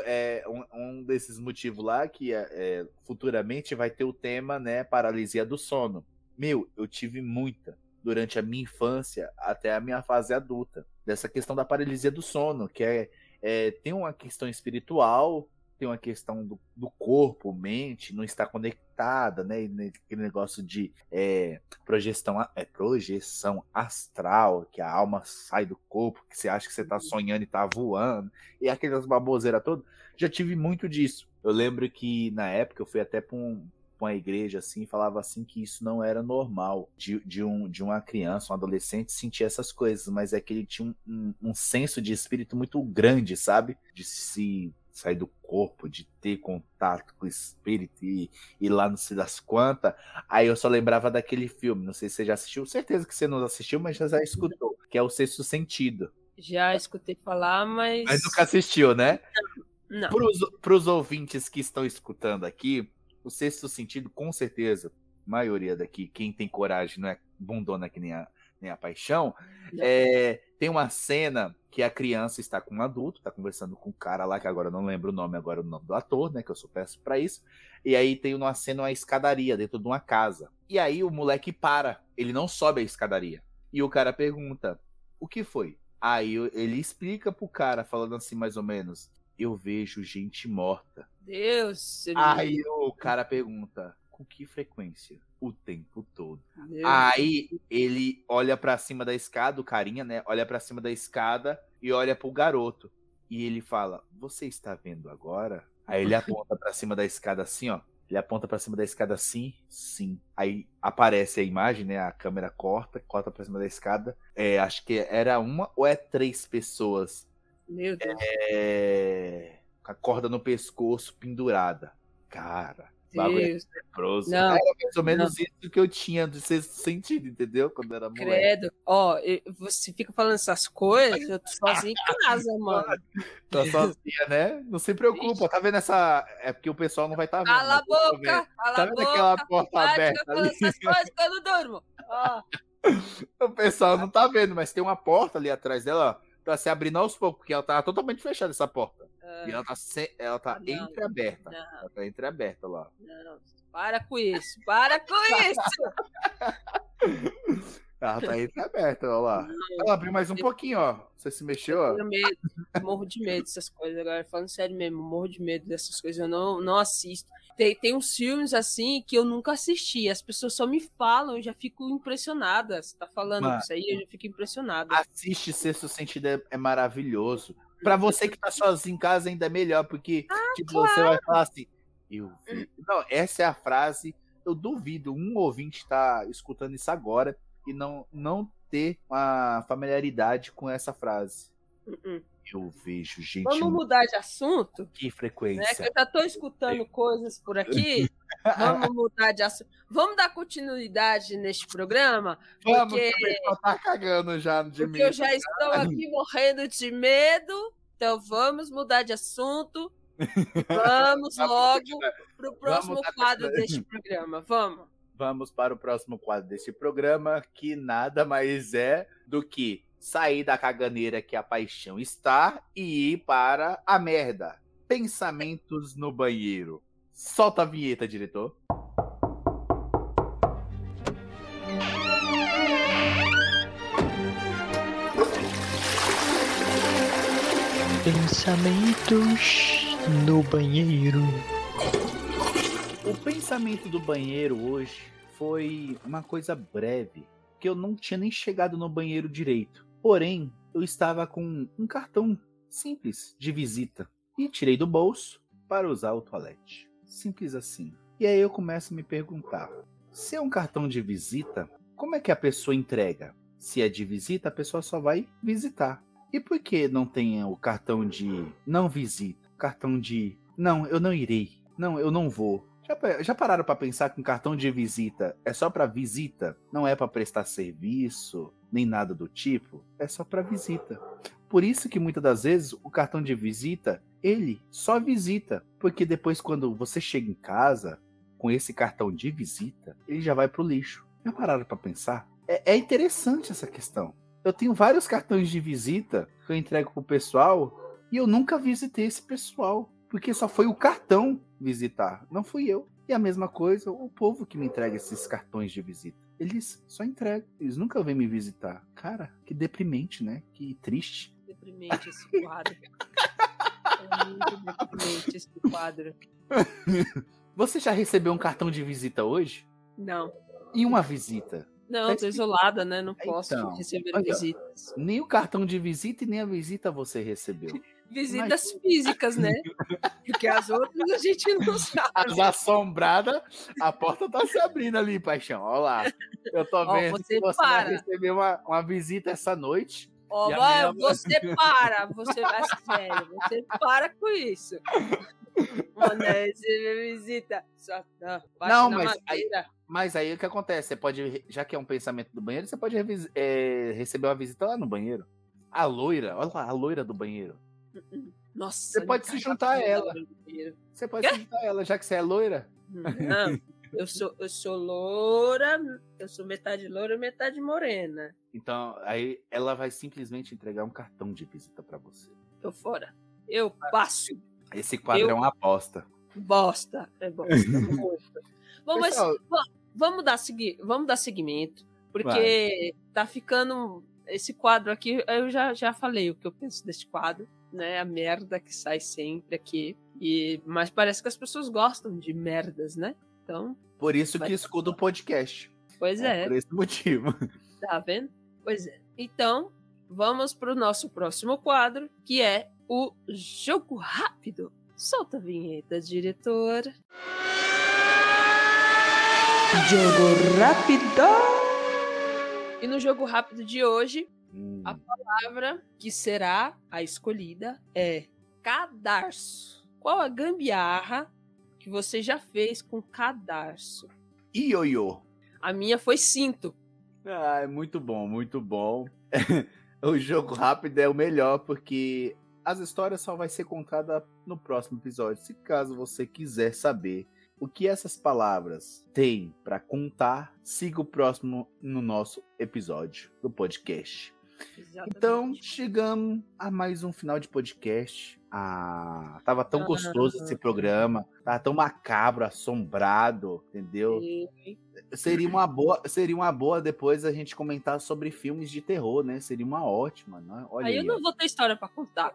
Speaker 3: um desses motivos lá que futuramente vai ter o tema, né, paralisia do sono. Meu, eu tive muita durante a minha infância até a minha fase adulta. Dessa questão da paralisia do sono, que tem uma questão espiritual, tem uma questão do corpo, mente, não estar conectada, né? Aquele negócio de projeção astral, que a alma sai do corpo, que você acha que você tá sonhando e tá voando, e aquelas baboseiras todas. Já tive muito disso. Eu lembro que na época eu fui até pra uma igreja assim, falava assim que isso não era normal de uma criança, um adolescente sentir essas coisas, mas é que ele tinha um senso de espírito muito grande, sabe? De se sair do corpo, de ter contato com o espírito e ir lá não sei das quantas. Aí eu só lembrava daquele filme, não sei se você já assistiu, certeza que você não assistiu, mas já escutou, que é O Sexto Sentido.
Speaker 4: Já escutei falar, mas
Speaker 3: nunca assistiu, né?
Speaker 4: Não.
Speaker 3: Pros ouvintes que estão escutando aqui, O Sexto Sentido, com certeza, a maioria daqui, quem tem coragem, não é bundona que nem a Paixão, tem uma cena que a criança está com um adulto, tá conversando com um cara lá, que agora eu não lembro o nome do ator, né, que eu sou péssimo pra isso, e aí tem uma cena, uma escadaria dentro de uma casa, e aí o moleque para, ele não sobe a escadaria, e o cara pergunta, o que foi? Aí ele explica pro cara, falando assim, mais ou menos, eu vejo gente morta.
Speaker 4: Deus!
Speaker 3: Aí o cara pergunta, com que frequência? O tempo todo.
Speaker 4: Deus.
Speaker 3: Aí ele olha pra cima da escada, o carinha, né? Olha pra cima da escada e olha pro garoto. E ele fala, você está vendo agora? Aí ele aponta pra cima da escada assim, ó. Ele aponta pra cima da escada assim, sim. Aí aparece a imagem, né? A câmera corta pra cima da escada. Acho que era uma ou 3 pessoas.
Speaker 4: Meu Deus.
Speaker 3: Com a corda no pescoço, pendurada. Cara,
Speaker 4: Deus.
Speaker 3: leproso.
Speaker 4: Não,
Speaker 3: era mais ou menos isso que eu tinha de sexto sentido, entendeu? Quando era moleque.
Speaker 4: Credo. Ó, você fica falando essas coisas, eu tô sozinho em casa, mano.
Speaker 3: Tá sozinha, né? Não se preocupa,
Speaker 4: Ixi.
Speaker 3: tá vendo essa... É porque o pessoal não vai estar vendo.
Speaker 4: Cala a boca!
Speaker 3: Tá vendo aquela porta aberta ali?
Speaker 4: Essas coisas que eu não durmo. Ó.
Speaker 3: O pessoal não tá vendo, mas tem uma porta ali atrás dela, ó. Tá se abrindo aos poucos, porque ela tá totalmente fechada, essa porta. E ela tá entreaberta.
Speaker 4: Não.
Speaker 3: Ela tá entreaberta lá.
Speaker 4: Não, para com isso.
Speaker 3: Ela tá entreaberta, olha lá. Ela abriu mais um pouquinho, ó. Você se mexeu, ó.
Speaker 4: Eu tenho medo, eu morro de medo dessas coisas. Agora, falando sério mesmo, eu morro de medo dessas coisas. Eu não assisto. Tem uns filmes assim que eu nunca assisti. As pessoas só me falam, eu já fico impressionada. Você tá falando isso aí, eu já fico impressionada.
Speaker 3: Assiste Sexto Sentido, é maravilhoso. Pra você que tá sozinho em casa ainda é melhor, porque você vai falar assim, eu vi. Não, essa é a frase. Eu duvido um ouvinte tá escutando isso agora e não ter uma familiaridade com essa frase. Eu vejo gente.
Speaker 4: Vamos mudar de assunto?
Speaker 3: Que frequência?
Speaker 4: Né? Que eu já tô escutando coisas por aqui. Vamos mudar de assunto. Vamos dar continuidade neste programa?
Speaker 3: Vamos, porque o tá cagando já de medo.
Speaker 4: Porque eu já estou aqui morrendo de medo. Então vamos mudar de assunto. Vamos logo para o próximo quadro deste programa. Vamos.
Speaker 3: Vamos para o próximo quadro deste programa, que nada mais é do que sair da caganeira que a paixão está e ir para a merda. Pensamentos no banheiro. Solta a vinheta, diretor.
Speaker 5: Pensamentos no banheiro.
Speaker 3: O pensamento do banheiro hoje foi uma coisa breve, que eu não tinha nem chegado no banheiro direito. Porém, eu estava com um cartão simples de visita e tirei do bolso para usar o toalete. Simples assim. E aí eu começo a me perguntar, se é um cartão de visita, como é que a pessoa entrega? Se é de visita, a pessoa só vai visitar. E por que não tem o cartão de não visita? Cartão de não, eu não irei. Não, eu não vou. Já pararam para pensar que um cartão de visita é só para visita? Não é para prestar serviço, nem nada do tipo? É só para visita. Por isso que muitas das vezes o cartão de visita, ele só visita. Porque depois quando você chega em casa com esse cartão de visita, ele já vai pro lixo. Já pararam para pensar? É interessante essa questão. Eu tenho vários cartões de visita que eu entrego pro pessoal e eu nunca visitei esse pessoal. Porque só foi o cartão visitar, não fui eu. E a mesma coisa, o povo que me entrega esses cartões de visita. Eles só entregam, eles nunca vêm me visitar. Cara, que deprimente, né? Que triste.
Speaker 4: Deprimente esse quadro. É muito deprimente esse quadro.
Speaker 3: Você já recebeu um cartão de visita hoje?
Speaker 4: Não.
Speaker 3: E uma visita?
Speaker 4: Não, tô isolada, né? Não posso receber
Speaker 3: olha,
Speaker 4: visitas.
Speaker 3: Nem o cartão de visita e nem a visita você recebeu.
Speaker 4: Visitas físicas, né? Porque as outras a gente não sabe.
Speaker 3: As assombradas, a porta tá se abrindo ali, paixão. Olha lá. Eu tô vendo que você vai receber uma visita essa noite.
Speaker 4: Você vai sério, você para com isso. Mano, receber visita. Só,
Speaker 3: não, mas aí o que acontece? Você pode, já que é um pensamento do banheiro, você pode receber uma visita lá no banheiro. A loira, olha lá, a loira do banheiro.
Speaker 4: Nossa,
Speaker 3: você pode se juntar a ela. Você pode se juntar a ela, já que você é loira.
Speaker 4: Não, eu sou loura, eu sou metade loura e metade morena.
Speaker 3: Então, aí ela vai simplesmente entregar um cartão de visita pra você.
Speaker 4: Tô fora. Eu passo.
Speaker 3: Esse quadro é uma aposta.
Speaker 4: Bosta. É bosta. Bom, pessoal, mas vamos dar seguimento, porque tá ficando... Esse quadro aqui, eu já falei o que eu penso desse quadro, né? A merda que sai sempre aqui. Mas parece que as pessoas gostam de merdas, né? Então...
Speaker 3: Por isso que escuta o podcast.
Speaker 4: Pois é.
Speaker 3: Por esse motivo.
Speaker 4: Tá vendo? Pois é. Então, vamos pro nosso próximo quadro, que é o Jogo Rápido. Solta a vinheta, diretor.
Speaker 5: Jogo Rápido.
Speaker 4: E no Jogo Rápido de hoje, a palavra que será a escolhida é cadarço. Qual a gambiarra que você já fez com cadarço?
Speaker 3: Ioiô.
Speaker 4: A minha foi cinto.
Speaker 3: Ah, é muito bom, muito bom. O Jogo Rápido é o melhor, porque as histórias só vai ser contada no próximo episódio. Se caso você quiser saber o que essas palavras têm para contar, siga o próximo no nosso episódio do podcast. Exatamente. Então, chegamos a mais um final de podcast. Tava tão gostoso esse programa, tava tão macabro, assombrado, entendeu? Seria uma boa depois a gente comentar sobre filmes de terror, né? Seria uma ótima, né? Olha
Speaker 4: aí eu não vou ter história pra contar.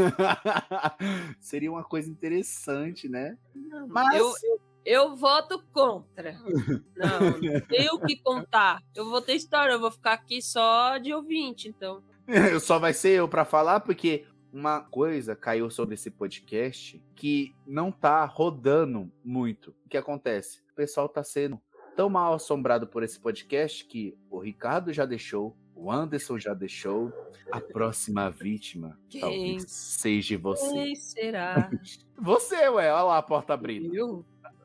Speaker 3: Seria uma coisa interessante, né?
Speaker 4: Não,
Speaker 3: Mas
Speaker 4: eu voto contra. Não tenho o que contar. Eu vou ter história, eu vou ficar aqui só de ouvinte, então.
Speaker 3: só vai ser eu pra falar, porque uma coisa caiu sobre esse podcast que não tá rodando muito. O que acontece? O pessoal tá sendo tão mal assombrado por esse podcast que o Ricardo já deixou, o Anderson já deixou, a próxima vítima talvez seja você.
Speaker 4: Quem será?
Speaker 3: Você, ué, olha lá a porta abrindo.
Speaker 4: Eu?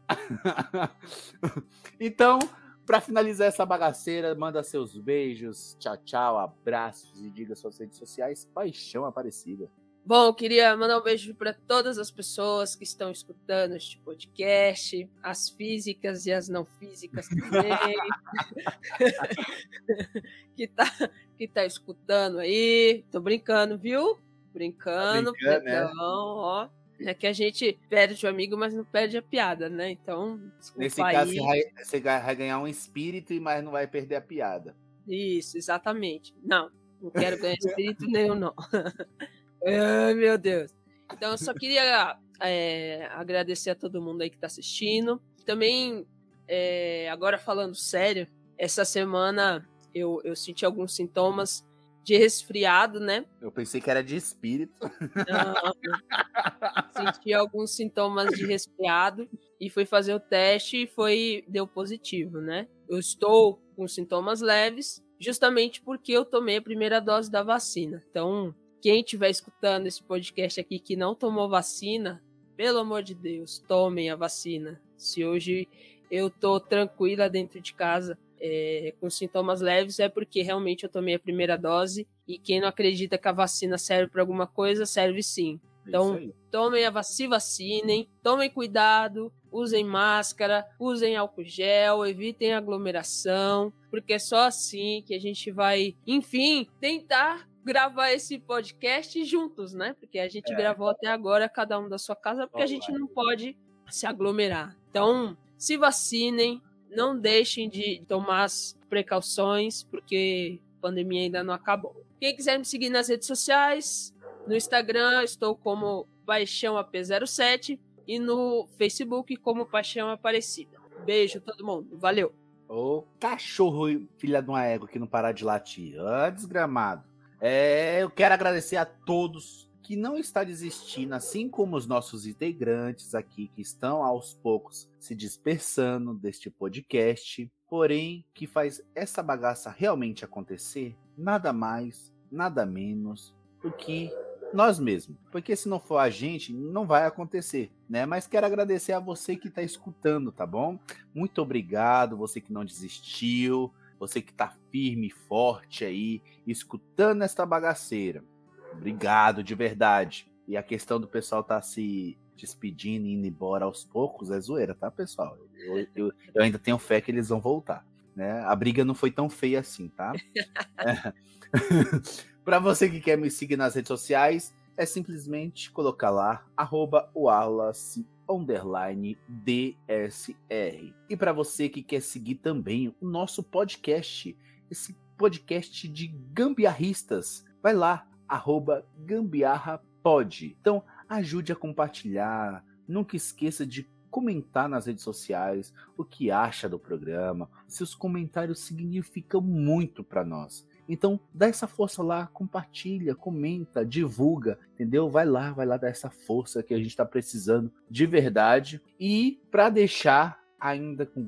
Speaker 3: Então, pra finalizar essa bagaceira, manda seus beijos, tchau, tchau, abraços e diga suas redes sociais, Paixão Aparecida.
Speaker 4: Bom, eu queria mandar um beijo para todas as pessoas que estão escutando este podcast, as físicas e as não físicas também, que tá escutando aí. Tô brincando, viu? Brincando,
Speaker 3: né?
Speaker 4: ó. É que a gente perde o amigo, mas não perde a piada, né? Então, desculpa.
Speaker 3: Nesse caso, você vai ganhar um espírito, mas não vai perder a piada.
Speaker 4: Isso, exatamente. Não quero ganhar espírito nenhum, não. Ai, meu Deus. Então, eu só queria agradecer a todo mundo aí que tá assistindo. Também, agora falando sério, essa semana eu senti alguns sintomas de resfriado, né?
Speaker 3: Eu pensei que era de espírito.
Speaker 4: Não, senti alguns sintomas de resfriado e fui fazer o teste e deu positivo, né? Eu estou com sintomas leves, justamente porque eu tomei a primeira dose da vacina. Então, quem estiver escutando esse podcast aqui que não tomou vacina, pelo amor de Deus, tomem a vacina. Se hoje eu tô tranquila dentro de casa com sintomas leves, é porque realmente eu tomei a primeira dose, e quem não acredita que a vacina serve para alguma coisa, serve sim. Então, tomem se vacinem, tomem cuidado, usem máscara, usem álcool gel, evitem aglomeração, porque é só assim que a gente vai, enfim, tentar gravar esse podcast juntos, né? Porque a gente gravou até agora, cada um da sua casa, porque a gente não pode se aglomerar. Então, se vacinem, não deixem de tomar as precauções, porque a pandemia ainda não acabou. Quem quiser me seguir nas redes sociais, no Instagram estou como Paixão AP07 e no Facebook como Paixão Aparecida. Beijo todo mundo, valeu!
Speaker 3: Ô cachorro, filha de uma égua que não parar de latir. Desgramado. Eu quero agradecer a todos que não está desistindo, assim como os nossos integrantes aqui, que estão aos poucos se dispersando deste podcast, porém que faz essa bagaça realmente acontecer, nada mais, nada menos do que nós mesmos. Porque se não for a gente, não vai acontecer, né? Mas quero agradecer a você que está escutando, tá bom? Muito obrigado, você que não desistiu, você que tá firme e forte aí, escutando esta bagaceira. Obrigado, de verdade. E a questão do pessoal tá se despedindo e indo embora aos poucos é zoeira, tá, pessoal? Eu ainda tenho fé que eles vão voltar, né? A briga não foi tão feia assim, tá? Pra você que quer me seguir nas redes sociais, é simplesmente colocar lá @wallace_DSR. E para você que quer seguir também o nosso podcast, esse podcast de gambiarristas, vai lá, @gambiarrapod. Então, ajude a compartilhar, nunca esqueça de comentar nas redes sociais o que acha do programa. Seus comentários significam muito para nós. Então, dá essa força lá, compartilha, comenta, divulga, entendeu? Vai lá dar essa força que a gente está precisando de verdade. E para deixar ainda com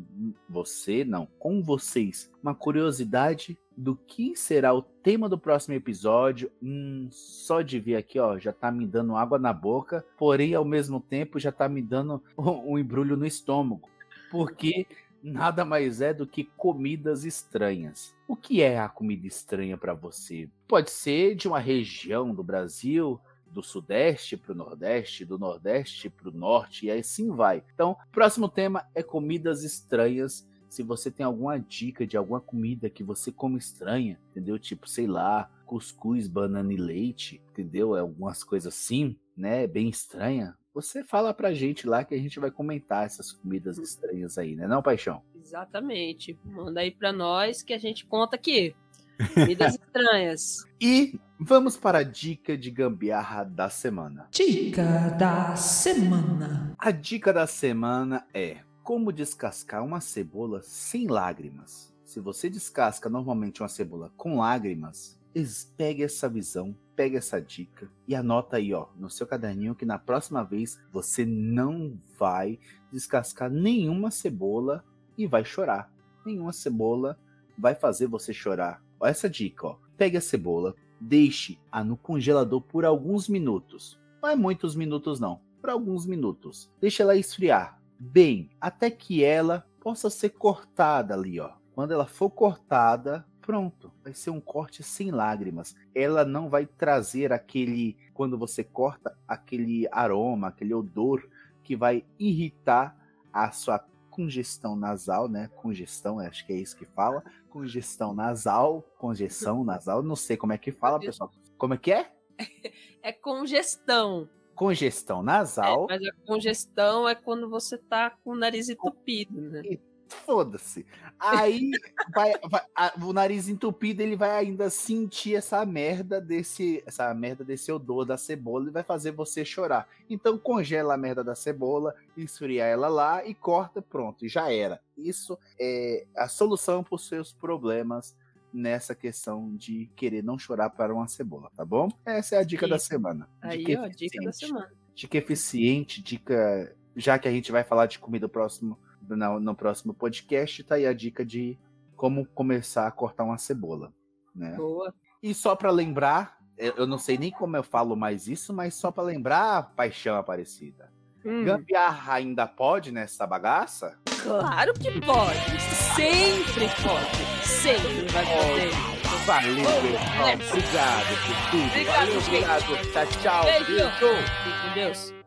Speaker 3: com vocês, uma curiosidade do que será o tema do próximo episódio. Só de ver aqui, ó, já tá me dando água na boca, porém, ao mesmo tempo, já tá me dando um embrulho no estômago. Porque nada mais é do que comidas estranhas. O que é a comida estranha para você? Pode ser de uma região do Brasil, do Sudeste para o Nordeste, do Nordeste para o Norte, e assim vai. Então, o próximo tema é comidas estranhas. Se você tem alguma dica de alguma comida que você come estranha, entendeu? Tipo, sei lá, cuscuz, banana e leite, entendeu? Algumas coisas assim, né? Bem estranha. Você fala pra gente lá que a gente vai comentar essas comidas estranhas aí, né? Não, Paixão?
Speaker 4: Exatamente. Manda aí pra nós que a gente conta aqui. Comidas estranhas.
Speaker 3: E vamos para a dica de gambiarra da semana.
Speaker 6: Dica da semana.
Speaker 3: A dica da semana é como descascar uma cebola sem lágrimas. Se você descasca normalmente uma cebola com lágrimas, pegue essa visão, pegue essa dica e anota aí, ó, no seu caderninho que na próxima vez você não vai descascar nenhuma cebola e vai chorar. Nenhuma cebola vai fazer você chorar. Olha essa dica, ó. Pegue a cebola, deixe-a no congelador por alguns minutos. Não é muitos minutos não, por alguns minutos. Deixe ela esfriar bem, até que ela possa ser cortada ali, ó. Quando ela for cortada, pronto. Vai ser um corte sem lágrimas. Ela não vai trazer aquele, quando você corta, aquele aroma, aquele odor que vai irritar a sua congestão nasal, né? Congestão, acho que é isso que fala. Congestão nasal, conjeção nasal, não sei como é que fala, pessoal. Como é que é?
Speaker 4: É congestão.
Speaker 3: Congestão nasal.
Speaker 4: Mas a congestão é quando você tá com o nariz entupido, né?
Speaker 3: Foda-se. Aí o nariz entupido, ele vai ainda sentir essa merda desse odor da cebola e vai fazer você chorar. Então congela a merda da cebola, esfria ela lá e corta, pronto, e já era. Isso é a solução para os seus problemas nessa questão de querer não chorar para uma cebola, tá bom? Essa é a dica da semana.
Speaker 4: Aí, ó, dica da semana.
Speaker 3: Dica eficiente, dica... Já que a gente vai falar de comida no próximo podcast, tá aí a dica de como começar a cortar uma cebola, né?
Speaker 4: Boa.
Speaker 3: E só para lembrar, eu não sei nem como eu falo mais isso, mas só para lembrar, Paixão Aparecida, gambiarra ainda pode nessa bagaça?
Speaker 4: Claro que pode. Sempre pode. Sempre vai poder.
Speaker 3: Valeu, pessoal. Obrigado por tudo.
Speaker 4: Obrigado,
Speaker 3: Valeu,
Speaker 4: gente.
Speaker 3: obrigado. Tchau, tchau.
Speaker 4: Beijo.
Speaker 3: Beijo.
Speaker 4: Fique com Deus.